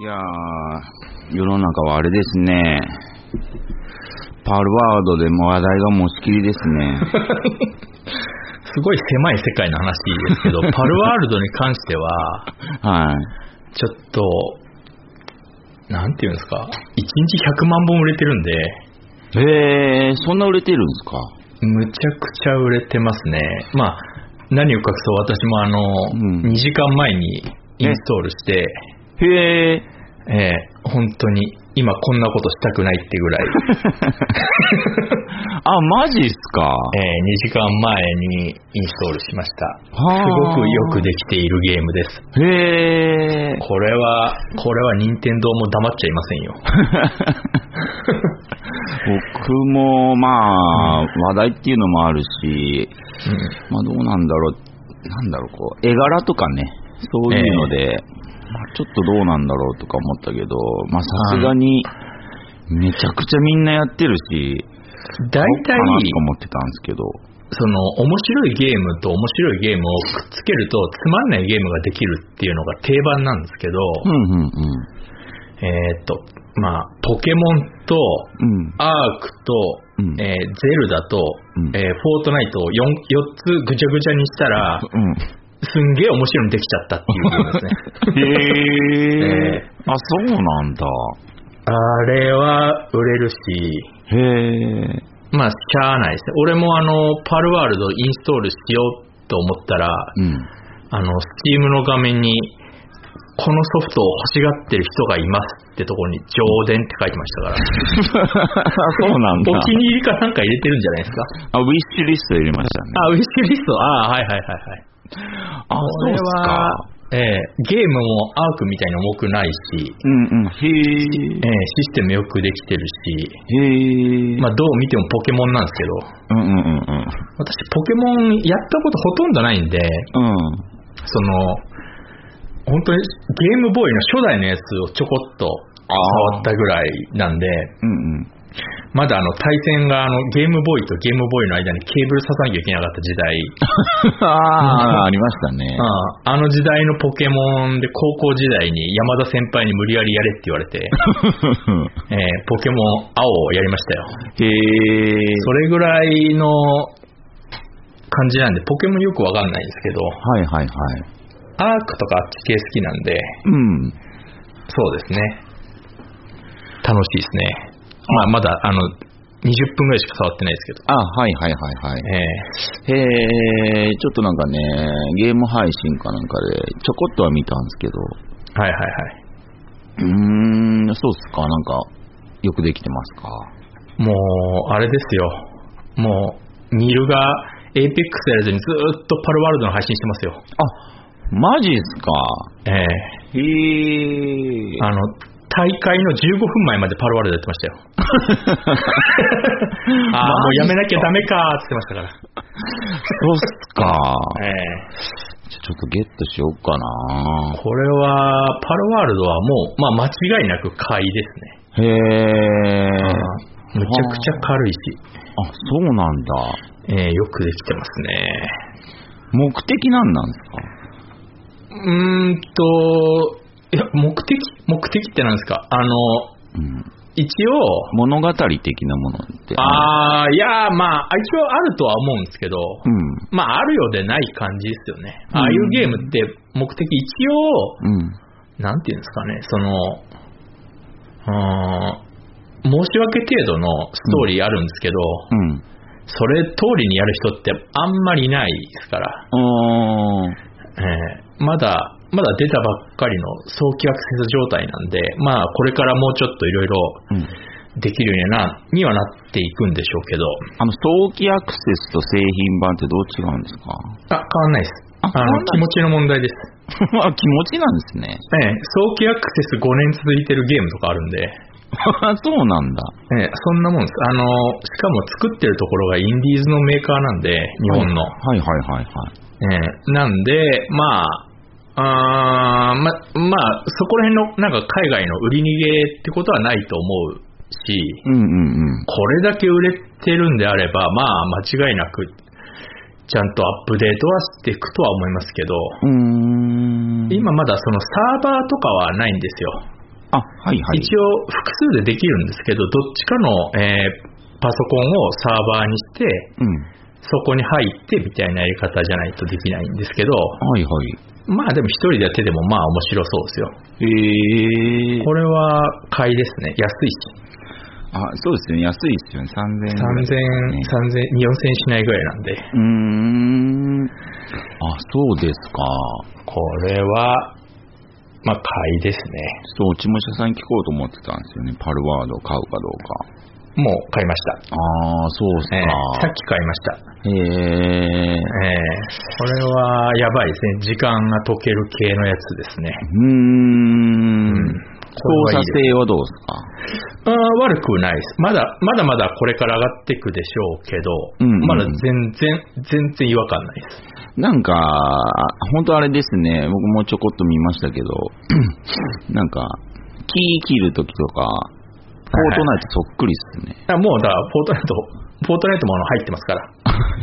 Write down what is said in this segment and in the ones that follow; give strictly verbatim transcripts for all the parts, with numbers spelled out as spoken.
やー、世の中はあれですね。パルワードでも話題が持ちきりですね。 すごい狭い世界の話ですけど、パルワールドに関しては、 はい。 ちょっと、なんていうんですか、いちにちひゃくまんぼん売れてるんで。 へー、そんな売れてるんですか？ むちゃくちゃ売れてますね。まあ、何を隠そう、私もあの、うん、にじかんまえにインストールして、 へー、 えー、本当に今こんなことしたくないってぐらい。 あ、マジっすか？ えー、にじかんまえにインストールしました。すごくよくできているゲームです。 へー。 これは、これは任天堂も黙っちゃいませんよ。 僕もまあ、うん、話題っていうのもあるし、うん、まあどうなんだろう、なんだろう、こう絵柄とかね、そういうので、えー、まあ、ちょっとどうなんだろうとか思ったけど、まあさすがにめちゃくちゃみんなやってるし、 大体かなと思ってたんですけど、 その面白いゲームと面白いゲームをくっつけるとつまんないゲームができるっていうのが定番なんですけど、 うんうんうん、 えー、っとまあポケモンと、うん、アークと、うんえー、ゼルダと、うんえー、フォートナイトを 4, よっつぐちゃぐちゃにしたら、うん、すんげえ面白いのできちゃったっていうゲームですね。へー、えー、あ、そうなんだ。 あれは売れるし、 へー、 まあしゃあないですね。俺もあのパルワールドインストールしようと思ったら、うん、あのスチームの画面にこのソフトを欲しがってる人がいますってところに上電って書いてましたから。 そうなんだ。 お気に入りかなんか入れてるんじゃないですか。 あ、ウィッシュリスト入れましたね。 あ、ウィッシュリスト。あ、はいはいはいはい。 あ、そうですか。 えー、ゲームもアークみたいに重くないし、 うんうん、へー、えー、システムよくできてるし、 へー、 まあどう見てもポケモンなんですけど、 うんうんうんうん、 私ポケモンやったことほとんどないんで、うん、その本当にゲームボーイの初代のやつをちょこっと触ったぐらいなんで、うんうん、まだあの対戦があのゲームボーイとゲームボーイの間にケーブル刺さなきゃいけなかった時代あ, ありましたね。 あ, あの時代のポケモンで高校時代に山田先輩に無理やりやれって言われて、えー、ポケモン青をやりましたよ。 へー、 それぐらいの感じなんでポケモンよくわかんないんですけど、 はいはいはい、 アークとかあっち系好きなんで、うん、そうですね、楽しいですね。まあ、まだあのにじゅっぷんぐらいしか触ってないですけど。 あ、はいはいはいはい。えー、へー、ちょっとなんかね、ゲーム配信かなんかでちょこっとは見たんですけど。 はいはいはい。 うーん、そうっすか、なんかよくできてますか。 もうあれですよ。もうミルがエイペックスやらずにずっとパルワールドの配信してますよ。 あ、マジっすか。 ええー。 へー。 あの。大会のじゅうごふんまえまでパルワールドやってましたよ。ああ、もうやめなきゃダメかーって言ってましたから。 そうっすか。ええー、ちょっとゲットしようかな。 これはパルワールドはもう、まあ、間違いなく買いですね。へえ。 むちゃくちゃ軽いし。 あ、そうなんだ。 えー、よくできてますね。 目的なんなんですか？ うーんと。いや、目的目的って何ですか？あの、うん、一応物語的なものってああ、いや、まあ一応あるとは思うんですけど、うん、まああるようでない感じですよね。うん、ああいうゲームって目的一応、うん、なんていうんですかね、そのうーん、申し訳程度のストーリーあるんですけど、うんうん、それ通りにやる人ってあんまりいないですから、えー、まだまだ出たばっかりの早期アクセス状態なんで、まあこれからもうちょっといろいろできるように な, にはなっていくんでしょうけど、 あの早期アクセスと製品版ってどう違うんですか？ あ、変わんないです。ああの気持ちの問題です。 あ、気持ちなんですね。 ええ、早期アクセスごねん続いてるゲームとかあるんで。 そうなんだ。 ええ、そんなもんです。あのしかも作ってるところがインディーズのメーカーなんで、日本の。 はいはいはいはい。 ええ、なんでまあ。あま、まあ、そこら辺のなんか海外の売り逃げってことはないと思うし、うんうんうん、これだけ売れてるんであれば、まあ間違いなくちゃんとアップデートはしていくとは思いますけど、うーん、今まだそのサーバーとかはないんですよ。 あ、はいはい。 一応複数でできるんですけど、どっちかの、えー、パソコンをサーバーにして、うん、そこに入ってみたいなやり方じゃないとできないんですけど、 はいはい。 まあでも一人でやっててもまあ面白そうですよ。 へえ。 これは買いですね。安いし。 あ、そうですね。安いですよね。さんぜんえん、ね。 さんぜん、さんぜん、よんせんえんしないぐらいなんで。 うーん。あ、そうですか。 これは、まあ買いですね。 そう、うちも社さんに聞こうと思ってたんですよね。パルワードを買うかどうか。 もう買いました。 ああ、そうですか、えー。さっき買いました。 へえ。えー、 これはやばいですね。時間が解ける系のやつですね。 うーん。うん操作性はどうですか？ あ悪くないです。まだまだまだこれから上がっていくでしょうけど、うんうん、まだ全然全然違和感ないです。 なんか本当あれですね。僕もちょこっと見ましたけど、なんかキー切るときとかフォートナイトそっくりですね。 はいはい、もうだからフォートナイトフォートナイトも入ってますから。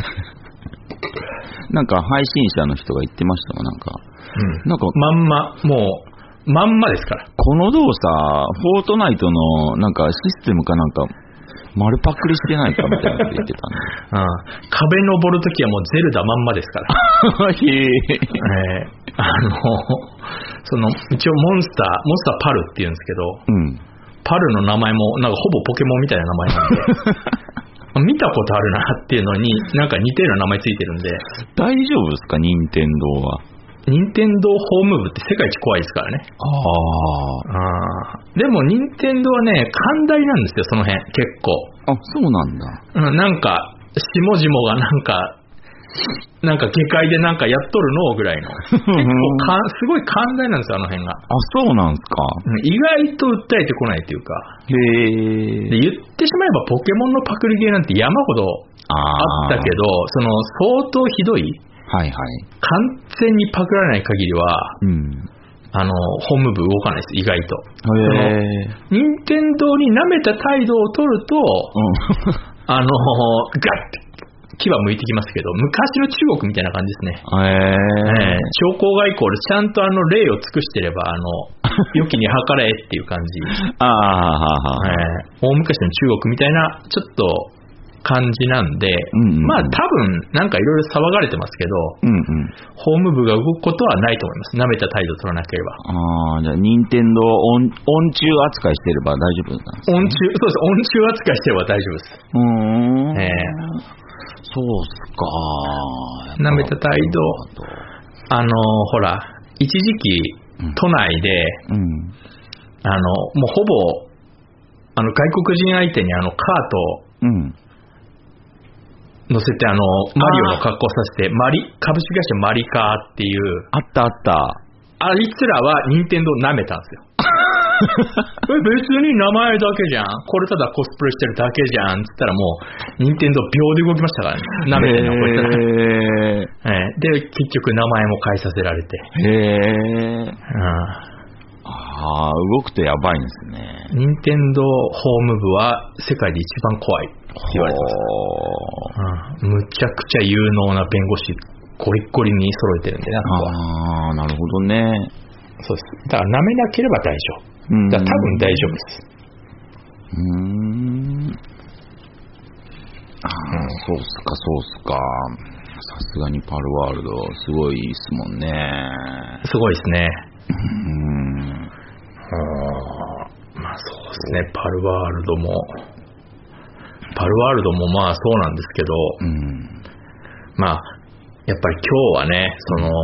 なんか配信者の人が言ってましたわ。なんか、 うん、なんかまんまもう。まんまですから。 この動作、フォートナイトのなんかシステムかなんか丸パクリしてないかみたいなこと言ってたんで。 うん、壁登るときはもうゼルダまんまですから。へえー、あのその一応モンスターモンスターパルって言うんですけど、うん、パルの名前もなんかほぼポケモンみたいな名前なんで。見たことあるなっていうのになんか似てる名前ついてるんで。 大丈夫ですか任天堂は？ 任天堂ホーム部って世界一怖いですからね。ああ。でも任天堂はね、寛大なんですよ、その辺、結構。 あ、そうなんだ。 うん、なんか、下々がなんか、なんか下界でなんかやっとるのぐらいの。結構かすごい寛大なんですよ、あの辺が。あ、 そうなんですか。 意外と訴えてこないというか。 へえ。 で言ってしまえばポケモンのパクリゲーなんて山ほどあったけど、その相当ひどい。はいはい。完全にパクられない限りは、うん、あのホーム部動かないです、意外と。へえ。任天堂に舐めた態度を取ると、うん、あのガッて牙向いてきますけど、昔の中国みたいな感じですね。へえ。商工外交でちゃんとあの礼を尽くしてれば、あの良きに計れっていう感じ。ああ、えー、大昔の中国みたいなちょっと感じなんで、うんうんうん、まあ多分なんかいろいろ騒がれてますけど、うんうん、ホーム部が動くことはないと思います。舐めた態度を取らなければ。ああ、じゃあ任天堂音音中扱いしてれば大丈夫なんですか、ね？音中、そうです。音中扱いしてれば大丈夫です。うーん。えー、そうっすか。舐めた態度。あのほら一時期都内で、うん、あのもうほぼあの外国人相手にあのカート、うん乗せてあのマリオの格好させてマリ株式会社マリカーっていうあったあったあいつらは任天堂舐めたんですよ。別に名前だけじゃん、これただコスプレしてるだけじゃんっつったらもう任天堂秒で動きましたからね。舐めてんのこいつら、えー、で結局名前も変えさせられて。へえ、うん、ああ動くとやばいんですね。任天堂ホーム部は世界で一番怖い言われてます、うん、むちゃくちゃ有能な弁護士ゴリッゴリに揃えてるんでね。ああ、なるほどね。そうです。だから舐めなければ大丈夫。だから多分大丈夫です。うーん。ああ、うん、そうっすかそうっすか。さすがにパルワールドすごいですもんね。すごいですね。うーん。あまあそうですね。パルワールドも。パルワールドもまあそうなんですけど、うん、まあやっぱり今日はね、その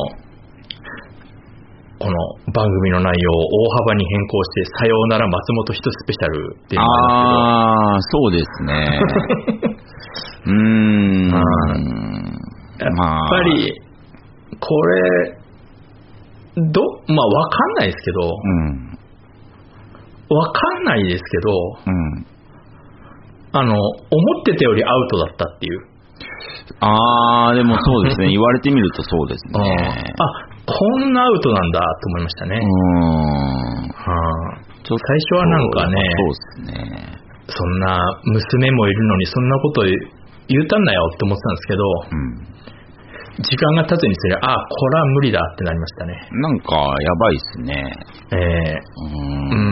この番組の内容を大幅に変更してさようなら松本人スペシャルっていうのがありますけど、ああそうですね。うーん、まあ、やっぱりこれどまあわかんないですけど、うん、わかんないですけど。うんあの思ってたよりアウトだったっていう。あーでもそうですね言われてみるとそうですね。あこんなアウトなんだと思いましたね。うーん、はあ、ちょ最初はなんかねそうですねそんな娘もいるのにそんなこと言うたんなよって思ってたんですけど、うん、時間が経つにつれあこれは無理だってなりましたね。なんかやばいっすね。えー、うーん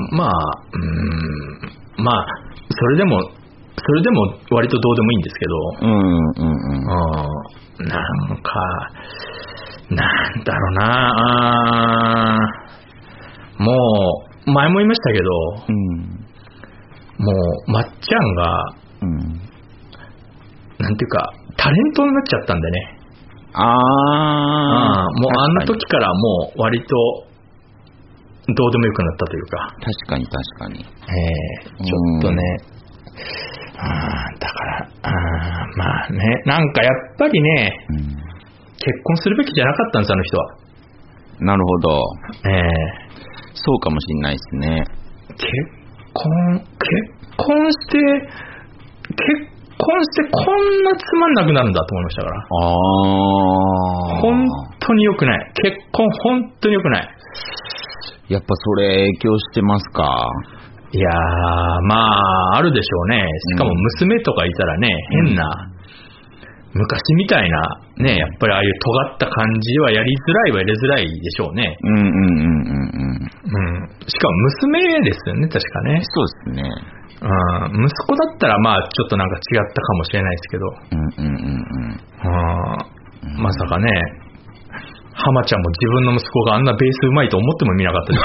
まあ、うーん、まあ、それでも、それでも割とどうでもいいんですけど、うんうんうん、なんか、なんだろうな、あもう、前も言いましたけど、うん、もう、まっちゃんが、うん、なんていうか、タレントになっちゃったんでね。ああ、もうあの時からもう割とどうでもよくなったというか。 確かに確かに。 えー、ちょっとね、あだからあまあね、なんかやっぱりね、うん、結婚するべきじゃなかったんです、あの人は。 なるほど。 えー、 そうかもしれないですね。 結婚結婚して結婚してこんなつまんなくなるんだと思いましたから。ああ。本当に良くない。結婚本当に良くない。 やっぱそれ影響してますか？ いやー、まああるでしょうね。しかも娘とかいたらね、うん、変な昔みたいなね、やっぱりああいう尖った感じはやりづらいはやりづらいでしょうね。うんうんうんうんうん。うん。しかも娘ですよね、確かね。 そうですね。 うん、息子だったらまあちょっとなんか違ったかもしれないですけど、うんうんうんうん、まさかね、浜ちゃんも自分の息子があんなベースうまいと思ってもみなかったです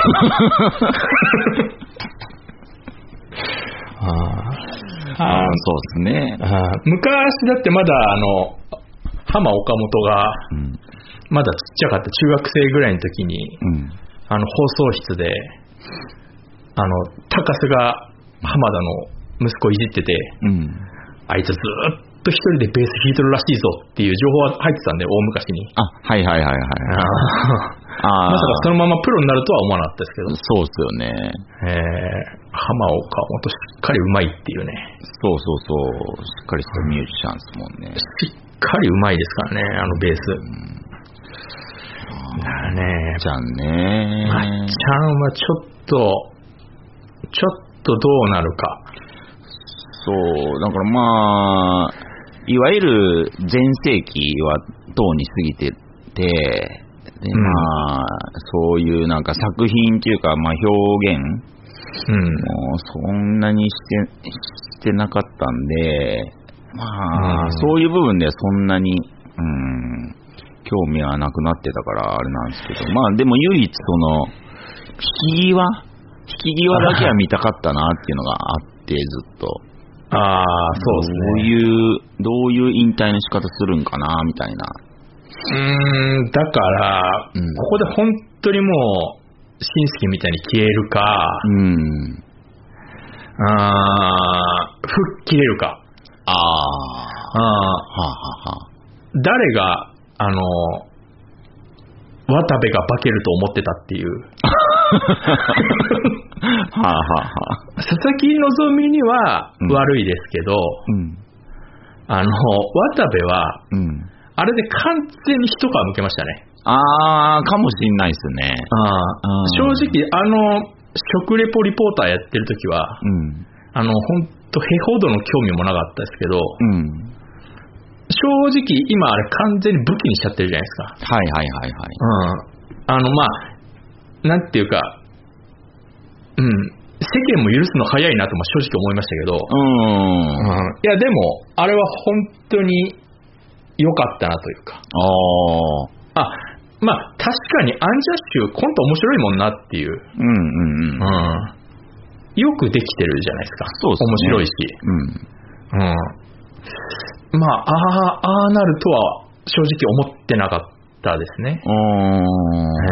ああ、そうですね。 あ昔だってまだあの浜岡本がまだちっちゃかった中学生ぐらいの時に、うん、あの放送室であの高須が浜田の息子いじってて、うん、あいつずっと一人でベース弾いてるらしいぞっていう情報が入ってたんで、大昔に。 あ、はいはいはいはい。 あまさかそのままプロになるとは思わなかったですけど。 そうっすよね。 えー、浜岡本しっかりうまいっていうね。 そうそうそう。しっかりしたミュージシャンですもんね。 しっかりうまいですからね、あのベース。うん、だからね。 ちゃんね。 まっちゃんはちょっと、ちょっと、とどうなるか。 そうだからまあいわゆる全盛期はとうに過ぎてて、で、うん、まあそういうなんか作品っていうか、まあ表現、うん、もうそんなにしてしてなかったんで、まあ、うん、そういう部分ではそんなに、うん、興味はなくなってたからあれなんですけど、まあでも唯一その引き際引き際だけは見たかったなっていうのがあってずっと。 ああ、そうですね。 どういうどういう引退の仕方するんかなみたいな。 うーん、だから、うん、ここで本当にもう紳助みたいに消えるか、うん、あ吹っ切れるか。ああ、はあははあ。誰があの渡部が化けると思ってたっていう。はあはあはあ、佐々木希には悪いですけど、うん、あの渡部は、うん、あれで完全に一皮むけましたね。 ああ、かもしんないですね。 あ正直あの食レポリポーターやってる時は、うん、あの本当へほどの興味もなかったですけど、うん、正直今あれ完全に武器にしちゃってるじゃないですか。 はいはいはいはい。 うん、あのまあなんていうか、うん、世間も許すの早いなとも正直思いましたけど、うん、うん、いやでもあれは本当に良かったなというか、ああ、まあ確かにアンジャッシュコント面白いもんなっていう、うんうんうん、うん、よくできてるじゃないですか。そうですね、面白いし、うんうん、まあああああなるとは正直思ってなかったですね。うん、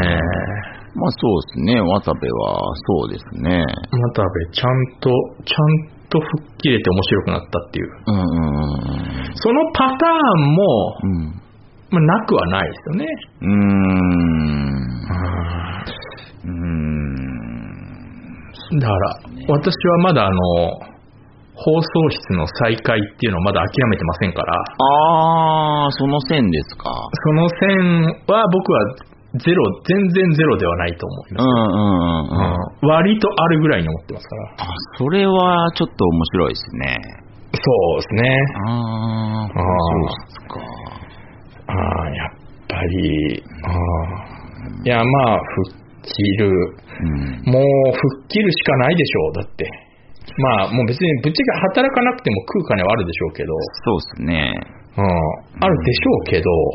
えーまあそうですね、渡部はそうですね。 渡部ちゃんとちゃんと吹っ切れて面白くなったっていう。うんうんうん、そのパターンも、うんまあ、なくはないですよね。うーん。うーん。だから、ね、私はまだあの放送室の再開っていうのをまだ諦めてませんから。 ああ、その線ですか。 その線は僕はゼロ、全然ゼロではないと思います、うんうんうんうん、割とあるぐらいに思ってますから。 あ、それはちょっと面白いですね。 そうですね。 ああ、そうですか。 ああ、やっぱり、あいやまあ吹っちる、うん、もう吹っ切るしかないでしょう。だってまあもう別にぶっちゃけ働かなくても食う金はあるでしょうけど、 そうですね、 うん、あるでしょうけど、うん、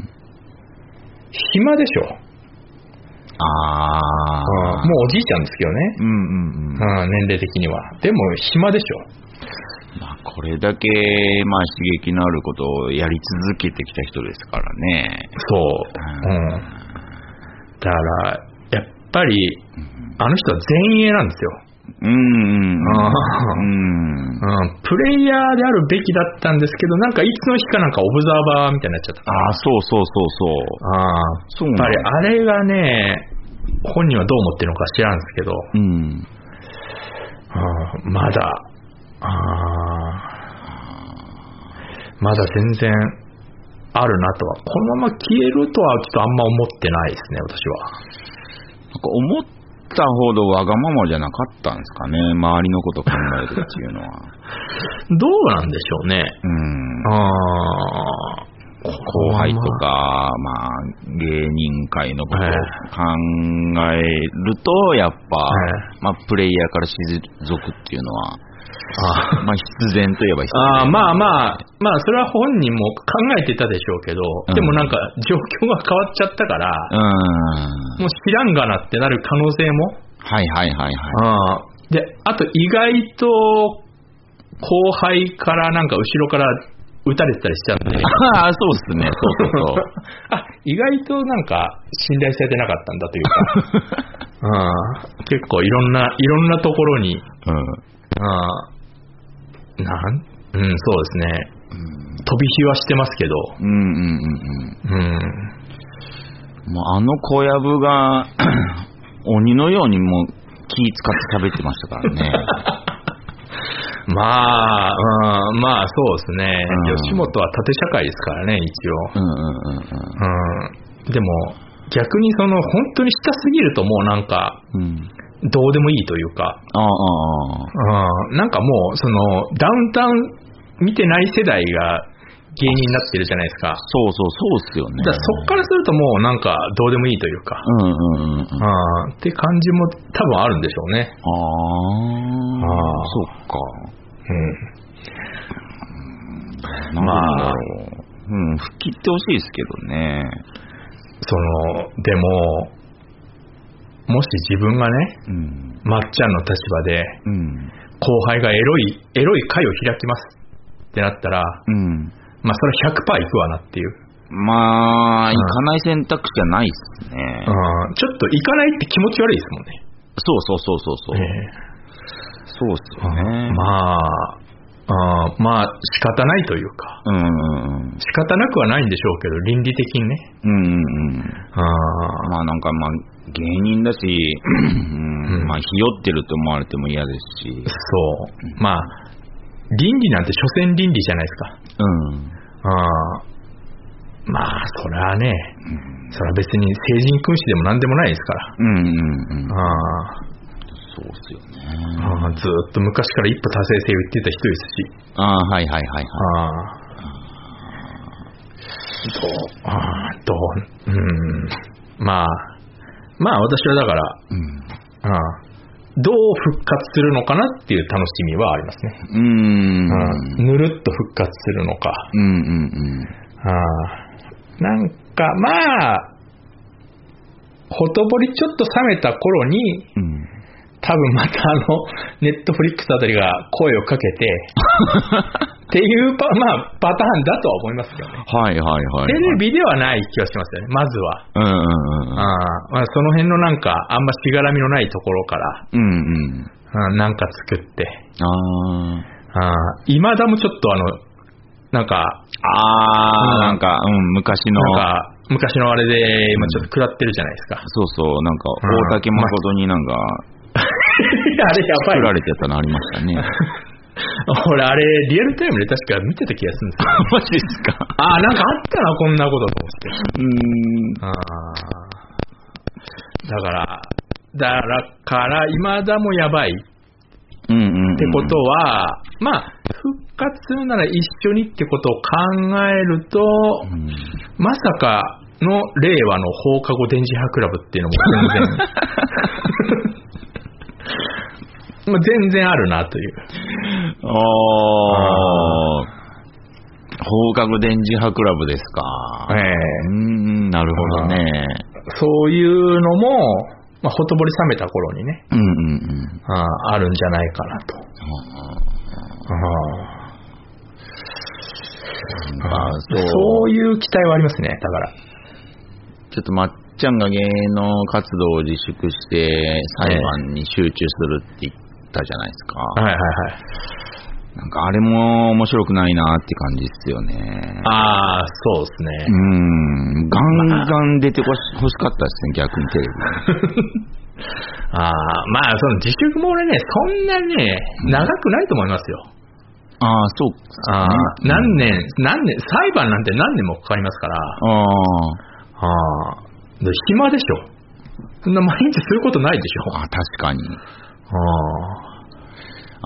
暇でしょ。 ああ、 うん、もうおじいちゃんですけどね、うんうんうんうん、年齢的には。でも暇でしょ。 まあ、これだけ、まあ、刺激のあることをやり続けてきた人ですからね。 そう、うん、だからやっぱり、うん、あの人は前衛なんですよ。うんうんうんうん、プレイヤーであるべきだったんですけど、なんかいつの日かなんかオブザーバーみたいになっちゃった。 ああ、そうそうそうそう。ああ、 そうなんだ。やっぱりあれがね、本人はどう思ってるのか知らんですけど、うん、あまだあまだ全然あるなとは、このまま消えるとはちょっとあんま思ってないですね、私は。 なんか思ったほどわがままじゃなかったんですかね、周りのこと考えるっていうのは。 どうなんでしょうね。うん、あ後輩とか、まあ、芸人界のことを考えると、やっぱ、まあ、プレイヤーから退くっていうのは、あまあ、必然といえば必然。 あまあまあ、まあ、それは本人も考えてたでしょうけど、うん、でもなんか、状況が変わっちゃったから、うん、もう知らんがなってなる可能性も。 はいはいはいはい。 あで、あと意外と、後輩からなんか後ろから撃たれてたりしちゃうんで。 ああ、そうですね。そうそうそう。 あ、意外となんか信頼されてなかったんだというか。あ結構いろんな、いろんなところに、うん、あなん、うん、そうですね。うん、飛び火はしてますけど。うんうんうんうん。 うん。もうあの小籔が鬼のようにもう気使って喋ってましたからね。 まあ、うん、まあそうですね、うん、吉本は縦社会ですからね、一応。うんうんうんうん、でも逆にその本当に下すぎるともうなんか、うん、どうでもいいというか、あああなんかもうそのダウンタウン見てない世代が芸人になってるじゃないですか。 そうそうそうっすよね。 だからそっからするともうなんかどうでもいいというか、うんうんうんうん、あって感じも多分あるんでしょうね。ああ、そっか。うん。まあ、うん、吹っ切ってほしいですけどね。 そのでももし自分がね、うん、まっちゃんの立場で、うん、後輩がエロいエロい会を開きますってなったら、うん、まあそれは ひゃくパーセント いくわなっていう。 まあ、行かない選択肢はないですね。 うん、ちょっと行かないって気持ち悪いですもんね。 そうそうそうそうそう。えーそうっすよね。 まあ、あまあ仕方ないというか、うんうんうん、仕方なくはないんでしょうけど倫理的にね。うんうんうん。 あまあなんかまあ芸人だし、うん、まあひよってると思われても嫌ですし。 そう。まあ倫理なんて所詮倫理じゃないですか。うん。あまあそれはね、うん、それは別に聖人君子でもなんでもないですから。うんうんうん。あそうっすよね。 あずっと昔から一夫多妻制を言ってた人ですし。 ああはいはいはいはい。あどうあどううんまあまあ私はだから、うん、あどう復活するのかなっていう楽しみはありますね。うーんぬるっと復活するのか。うんうんうん。あなんかまあほとぼりちょっと冷めた頃に。うん多分またあのネットフリックスあたりが声をかけてっていうパ、まあ、パターンだとは思いますけどね。 はいはいはい、はい。 テレビではない気がしますよね、まずは。うんうんうん。あまあ、その辺のなんかあんましがらみのないところから、うんうん、なんか作って。ああ今田もちょっとあのなんかああ、うん、なんか、うん、昔のなんか昔のあれで今ちょっと食らってるじゃないですか。うん、 そうそうなんか大竹誠になんか。 あれやばい。 作られてたのありましたね。 俺あれリアルタイムで確か見てた気がするんですよ。 マジですか。 ああなんかあったなこんなことと思って。うーん。あだからだから今田もやばい。うんうんうん、ってことはまあ復活するなら一緒にってことを考えると、うん、まさかの令和の放課後電磁波クラブっていうのも全然まあ全然あるなという。 ああ、放課後電磁波クラブですか。 ええー、うん、なるほどね。 そういうのも、まあ、ほとぼり冷めた頃にね、 うんうんうん、 あ, あるんじゃないかなと。ああそう、そういう期待はありますね。だからちょっとまっちゃんが芸能活動を自粛して裁判に集中するって言ったじゃないですか。 はいはいはい。 なんかあれも面白くないなって感じですよね。 ああ、そうですね。 うん、ガンガン出てほし、欲しかったですね、逆にテレビ。 ああ、まあその自粛も俺ね、そんなね長くないと思いますよ。 うん、ああ、そう、ね、 あ何年何年裁判なんて何年もかかりますから。 あああ、暇でしょ。そんな毎日することないでしょ。 あ、確かに。 ああ。 あ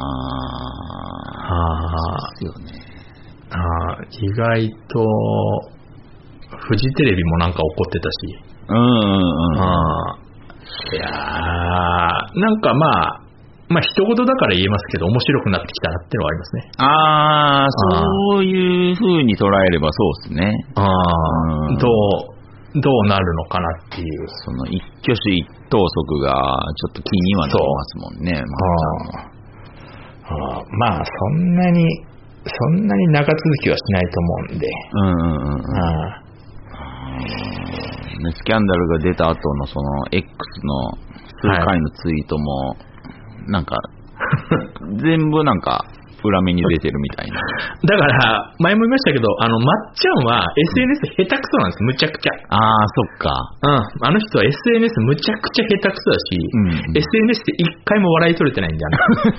あ、 ですよね。 あ、意外とフジテレビもなんか怒ってたし、 うんうんうん、 あ、いやー、なんかまあまあ一言だから言えますけど面白くなってきたなっていうのはありますね。 ああ、そういう風に捉えればそうですね。 ああ、うん、どうどうなるのかなっていう、 その一挙手一投足がちょっと気にはなりますもんね。 まああ、まあそんなにそんなに長続きはしないと思うんで、 うんうんうん、ああ、スキャンダルが出た後のその X の数回のツイートも、はい、なんか全部なんか裏目に出てるみたいな。 だから前も言いましたけど、あのまっちゃんは エスエヌエス 下手くそなんです、むちゃくちゃ。 ああ、そっか。 うん、あの人は エスエヌエス むちゃくちゃ下手くそだし、うんうん、エスエヌエス で一回も笑い取れてないんだよ。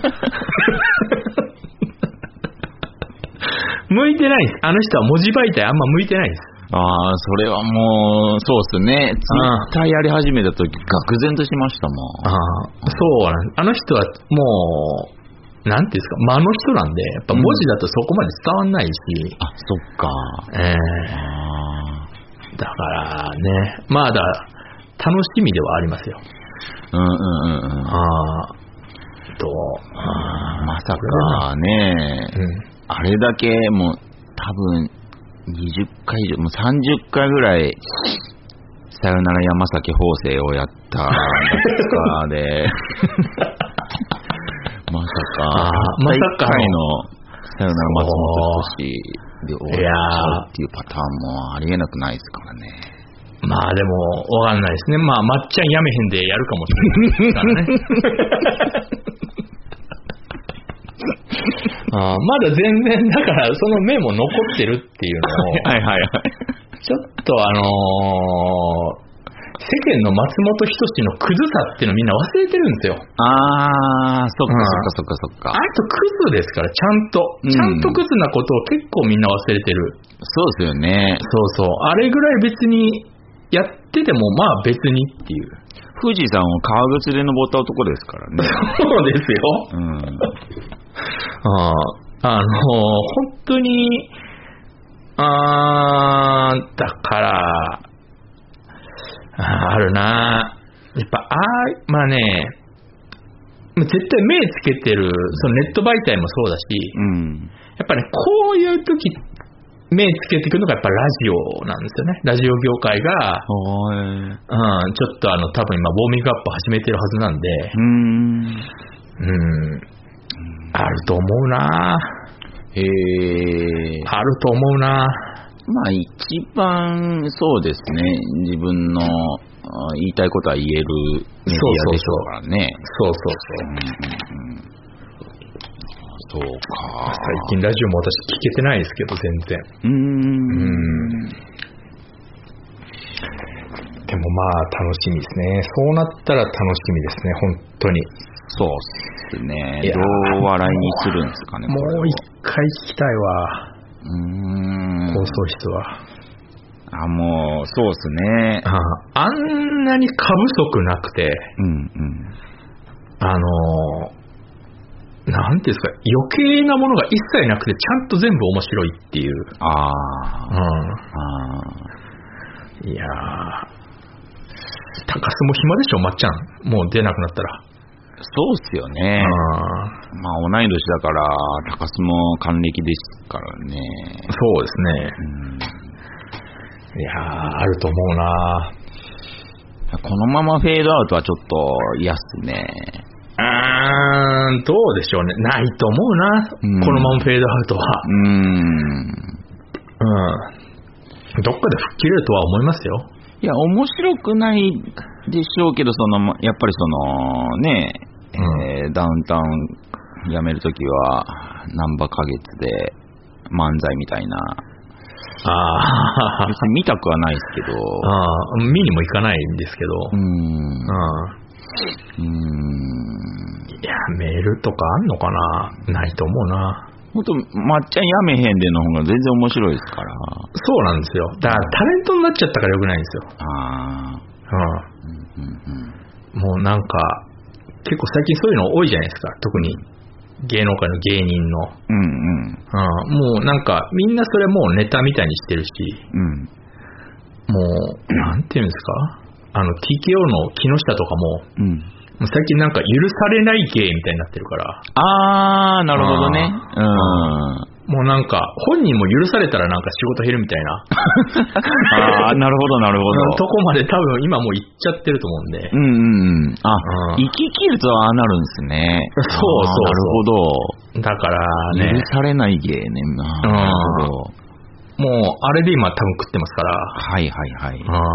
向いてないです。あの人は文字媒体あんま向いてないです。 ああ、それはもうそうですね。ツイッターやり始めた時愕然としましたもん。 ああ、そうなんです。あの人はもうなんていうんですか、間の人なんで、やっぱ文字だとそこまで伝わんないし。 うん、あ、そっか。 ええー、だからね、まだ楽しみではありますよ。 うんうんうんうん。 ああ、と、 あ、まさかね、うん、あれだけもう多分にじゅっかい以上、もうさんじゅっかいぐらいさよなら山崎邦生をやった中で。まさか、 まさかのさよなら松本人志で終わっちゃうっていうパターンもありえなくないですからね。 まあでもわかんないですね。まあまっちゃんやめへんでやるかもしれないですからね。あ、まだ全然だからその目も残ってるっていうのをはいはいはい、 ちょっとあのー世間の松本人志のクズさっていうのみんな忘れてるんですよ。 ああ、そっかそっかそっかそっか。 あいつクズですから、ちゃんと、うん、ちゃんとクズなことを結構みんな忘れてる。 そうですよね。 そうそう。あれぐらい別にやっててもまあ別にっていう。 富士山を革靴で登った男ですからね。 そうですよ。うん。ああの本当にあだから。あ, あるなぁ。やっぱあまあね、絶対目つけてるそのネット媒体もそうだし、うん、やっぱねこういう時目つけてくるのがやっぱラジオなんですよね。ラジオ業界が、うん、ちょっとあの多分今ウォーミングアップ始めてるはずなんで、うーん、うん、あると思うなぁ。へー、あると思うなぁ。 まあ一番そうですね、自分の言いたいことは言えるメディアでしょうからね。 そうそうそう。うんうんうん、 そうか。 最近ラジオも私聞けてないですけど全然。うーん。うんでもまあ楽しみですね。そうなったら楽しみですね、本当に。 そうですね。どう笑いにするんですかね。 もう一回聞きたいわ。うーん、放送室はあ、もうそうですね。 あ, あんなに過不足なくて、うんうん、あのなんていうんですか、余計なものが一切なくてちゃんと全部面白いっていう。あ、うん、あいやー、高須も暇でしょ、まっちゃん。もう出なくなったら。 そうっすよね。まあ同い年だから高須も還暦ですからね。 そうですね。うん、いやー、あると思うな。 このままフェードアウトはちょっと嫌っすね。 あー、どうでしょうね。ないと思うな。うん、このままフェードアウトは。うん。うん。どっかで吹っ切れるとは思いますよ。 いや、面白くないでしょうけど、そのやっぱりそのね、うんえー、ダウンタウン辞めるときは何ばか月で漫才みたいな。ああ、別に見たくはないですけど。 ああ、見にも行かないんですけど。うん。うん。いや、メールとかあんのかな？ないと思うな。 ほんと、まっちゃんやめへんでの方が全然面白いですから。 そうなんですよ。だからタレントになっちゃったからよくないんですよ。ああ。うん。うんうんうん、もうなんか、結構最近そういうの多いじゃないですか。特に芸能界の芸人の。うんうん。もうなんか、みんなそれもうネタみたいにしてるし、うん、もう、なんていうんですか？あの、ティーケーオー の木下とかも、うんもう最近なんか許されない芸みたいになってるから。 あー、なるほどね。うん。 もうなんか、本人も許されたらなんか仕事減るみたいな。あー、なるほど、なるほど。 とこまで多分今もう行っちゃってると思うんで。 うんうんうん。あ、うん、生き切るとああなるんですね。 そうそうそう。 なるほど。 だからね。 許されない芸ね。なるほど。もう、あれで今多分食ってますから。 はいはいはい。あ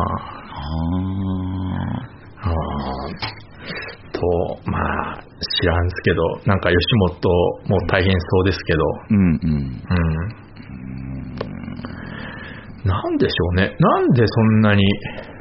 あ。ああ。とまあ知らんすけどなんか吉本も大変そうですけどうんうんうんなんでしょうねなんでそんなに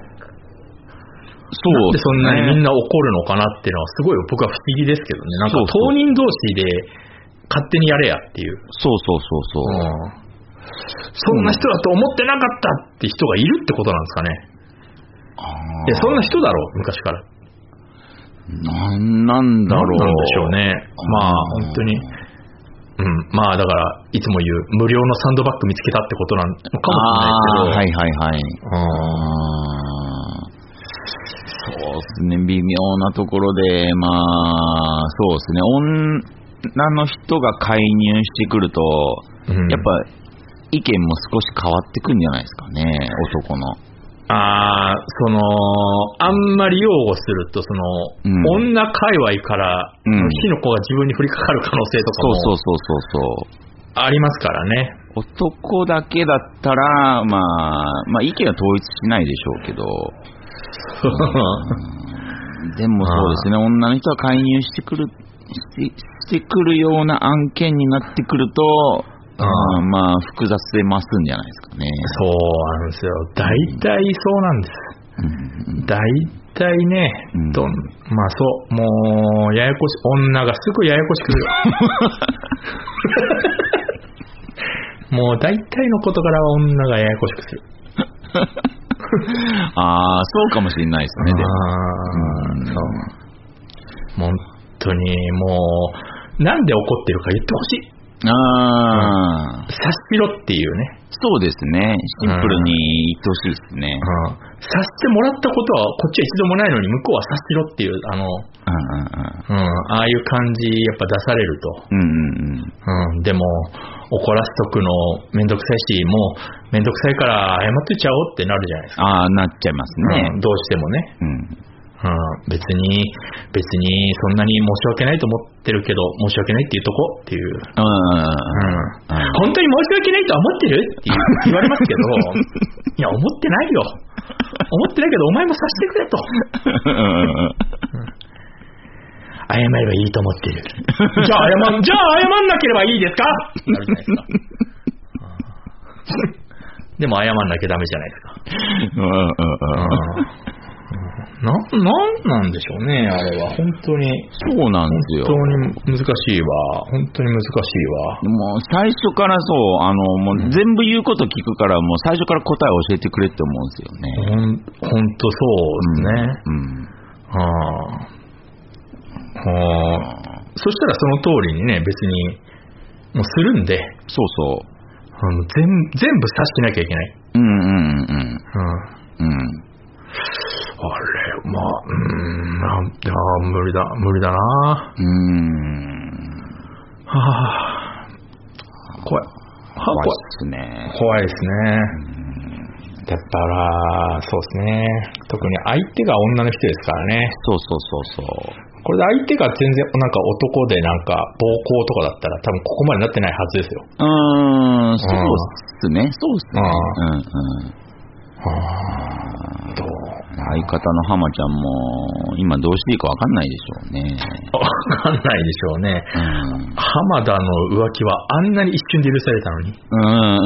そうなんでそんなにみんな怒るのかなっていうのはすごい僕は不思議ですけどねなんか当人同士で勝手にやれやっていうそうそうそうそう、うん、 そんな人だと思ってなかったって人がいるってことなんですかねいやそんな人だろう昔からなんなんだろう。 なんでしょうね。まあ本当に、うん、まあだからいつも言う無料のサンドバッグ見つけたってことなのかもしれないけど、 はいはいはい。あそうですね微妙なところでまあそうですね女の人が介入してくると、うん、やっぱ意見も少し変わってくるんじゃないですかね男の。 あそのあんまり擁護するとその、うん、女界隈から、うん、火の粉が自分に降りかかる可能性とかもそうそうそうそうありますからね男だけだったら、まあ、まあ意見は統一しないでしょうけどうんでもそうですね女の人が介入してくるして、してくるような案件になってくるとああまあ複雑で増すんじゃないですかね。 そうなんですよ。大体そうなんです。うん、大体ね、うん、どまあそうもうややこしい女がすぐややこしくする。もう大体の事柄は女がややこしくする。 ああそうかもしれないですね。でもあ、うん、そう本当にもうなんで怒ってるか言ってほしい。ああ、うん、察しろっていうね。 そうですね。シンプルに言ってほしいですね、 うん。察してもらったことはこっちは一度もないのに向こうは察しろっていうあの、うんうんうん、ああいう感じやっぱ出されると、うんうんうんうん、でも怒らすとくのめんどくさいしもうめんどくさいから謝っといちゃおうってなるじゃないですか。 ああなっちゃいますね、 うん、どうしてもね。うんうん、別に別にそんなに申し訳ないと思ってるけど申し訳ないっていうとこっていう、うんうん、本当に申し訳ないとは思ってるって言われますけどいや思ってないよ思ってないけどお前も察してくれと、うん、謝ればいいと思ってるじゃあ謝んじゃあ謝んなければいいですかなるじゃないですかでも謝んなきゃダメじゃないですかうんうんうんな、なんなんでしょうね、あれは。本当に。 そうなんですよ。 本当に難しいわ。本当に難しいわ。 もう最初からそう、あの、もう全部言うこと聞くから、もう最初から答えを教えてくれって思うんですよね。ほん、ほんとそうですね。うん。うん、はあ。はあ。そしたらその通りにね、別に、もうするんで。 そうそう。 あの全、全部察しなきゃいけない。うんうんうん。うん。うん無理だ、無理だな。 うーん。 はぁ、怖い。 怖いですね。 怖いですね。だから、そうですね。特に相手が女の人ですからね。 そうそうそうそう。 これで相手が全然なんか男でなんか暴行とかだったら多分ここまでなってないはずですよ。 うーん、そうっすね。そうっすね。うんうん。 はぁ、どう相方の浜ちゃんも今どうしていいか分かんないでしょうね。 分かんないでしょうね。うん、浜田の浮気はあんなに一瞬で許されたのに。 うんうんうん。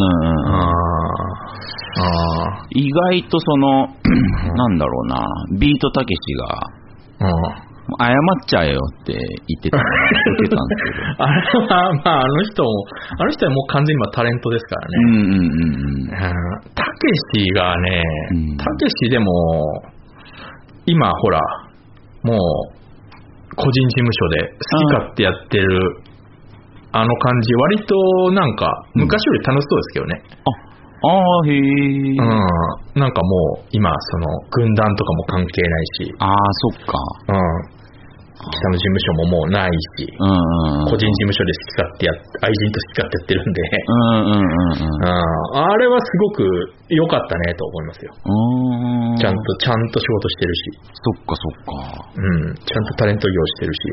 ああ、意外とその、なんだろうな、ビートたけしが、うん謝っちゃえよって言ってた受けたんですけど。 あれは、まあ、あの人も、あの人はもう完全にタレントですからね。うんうんうんうん。たけしがね、たけしでも、今ほら、もう、個人事務所で好き勝手やってる、あの感じ、割となんか、昔より楽しそうですけどね。 あああ、へえ。うん。 なんかもう、今、その、軍団とかも関係ないし。 ああ、そっか。 うん。北の事務所ももうないし、うんうんうん、個人事務所で好き勝手や、愛人と好き勝手やってるんで、うんうんうんうん、あれはすごく良かったねと思いますよ。ちゃんと、ちゃんと仕事してるし。 そっかそっか。 うん。ちゃんとタレント業してるし。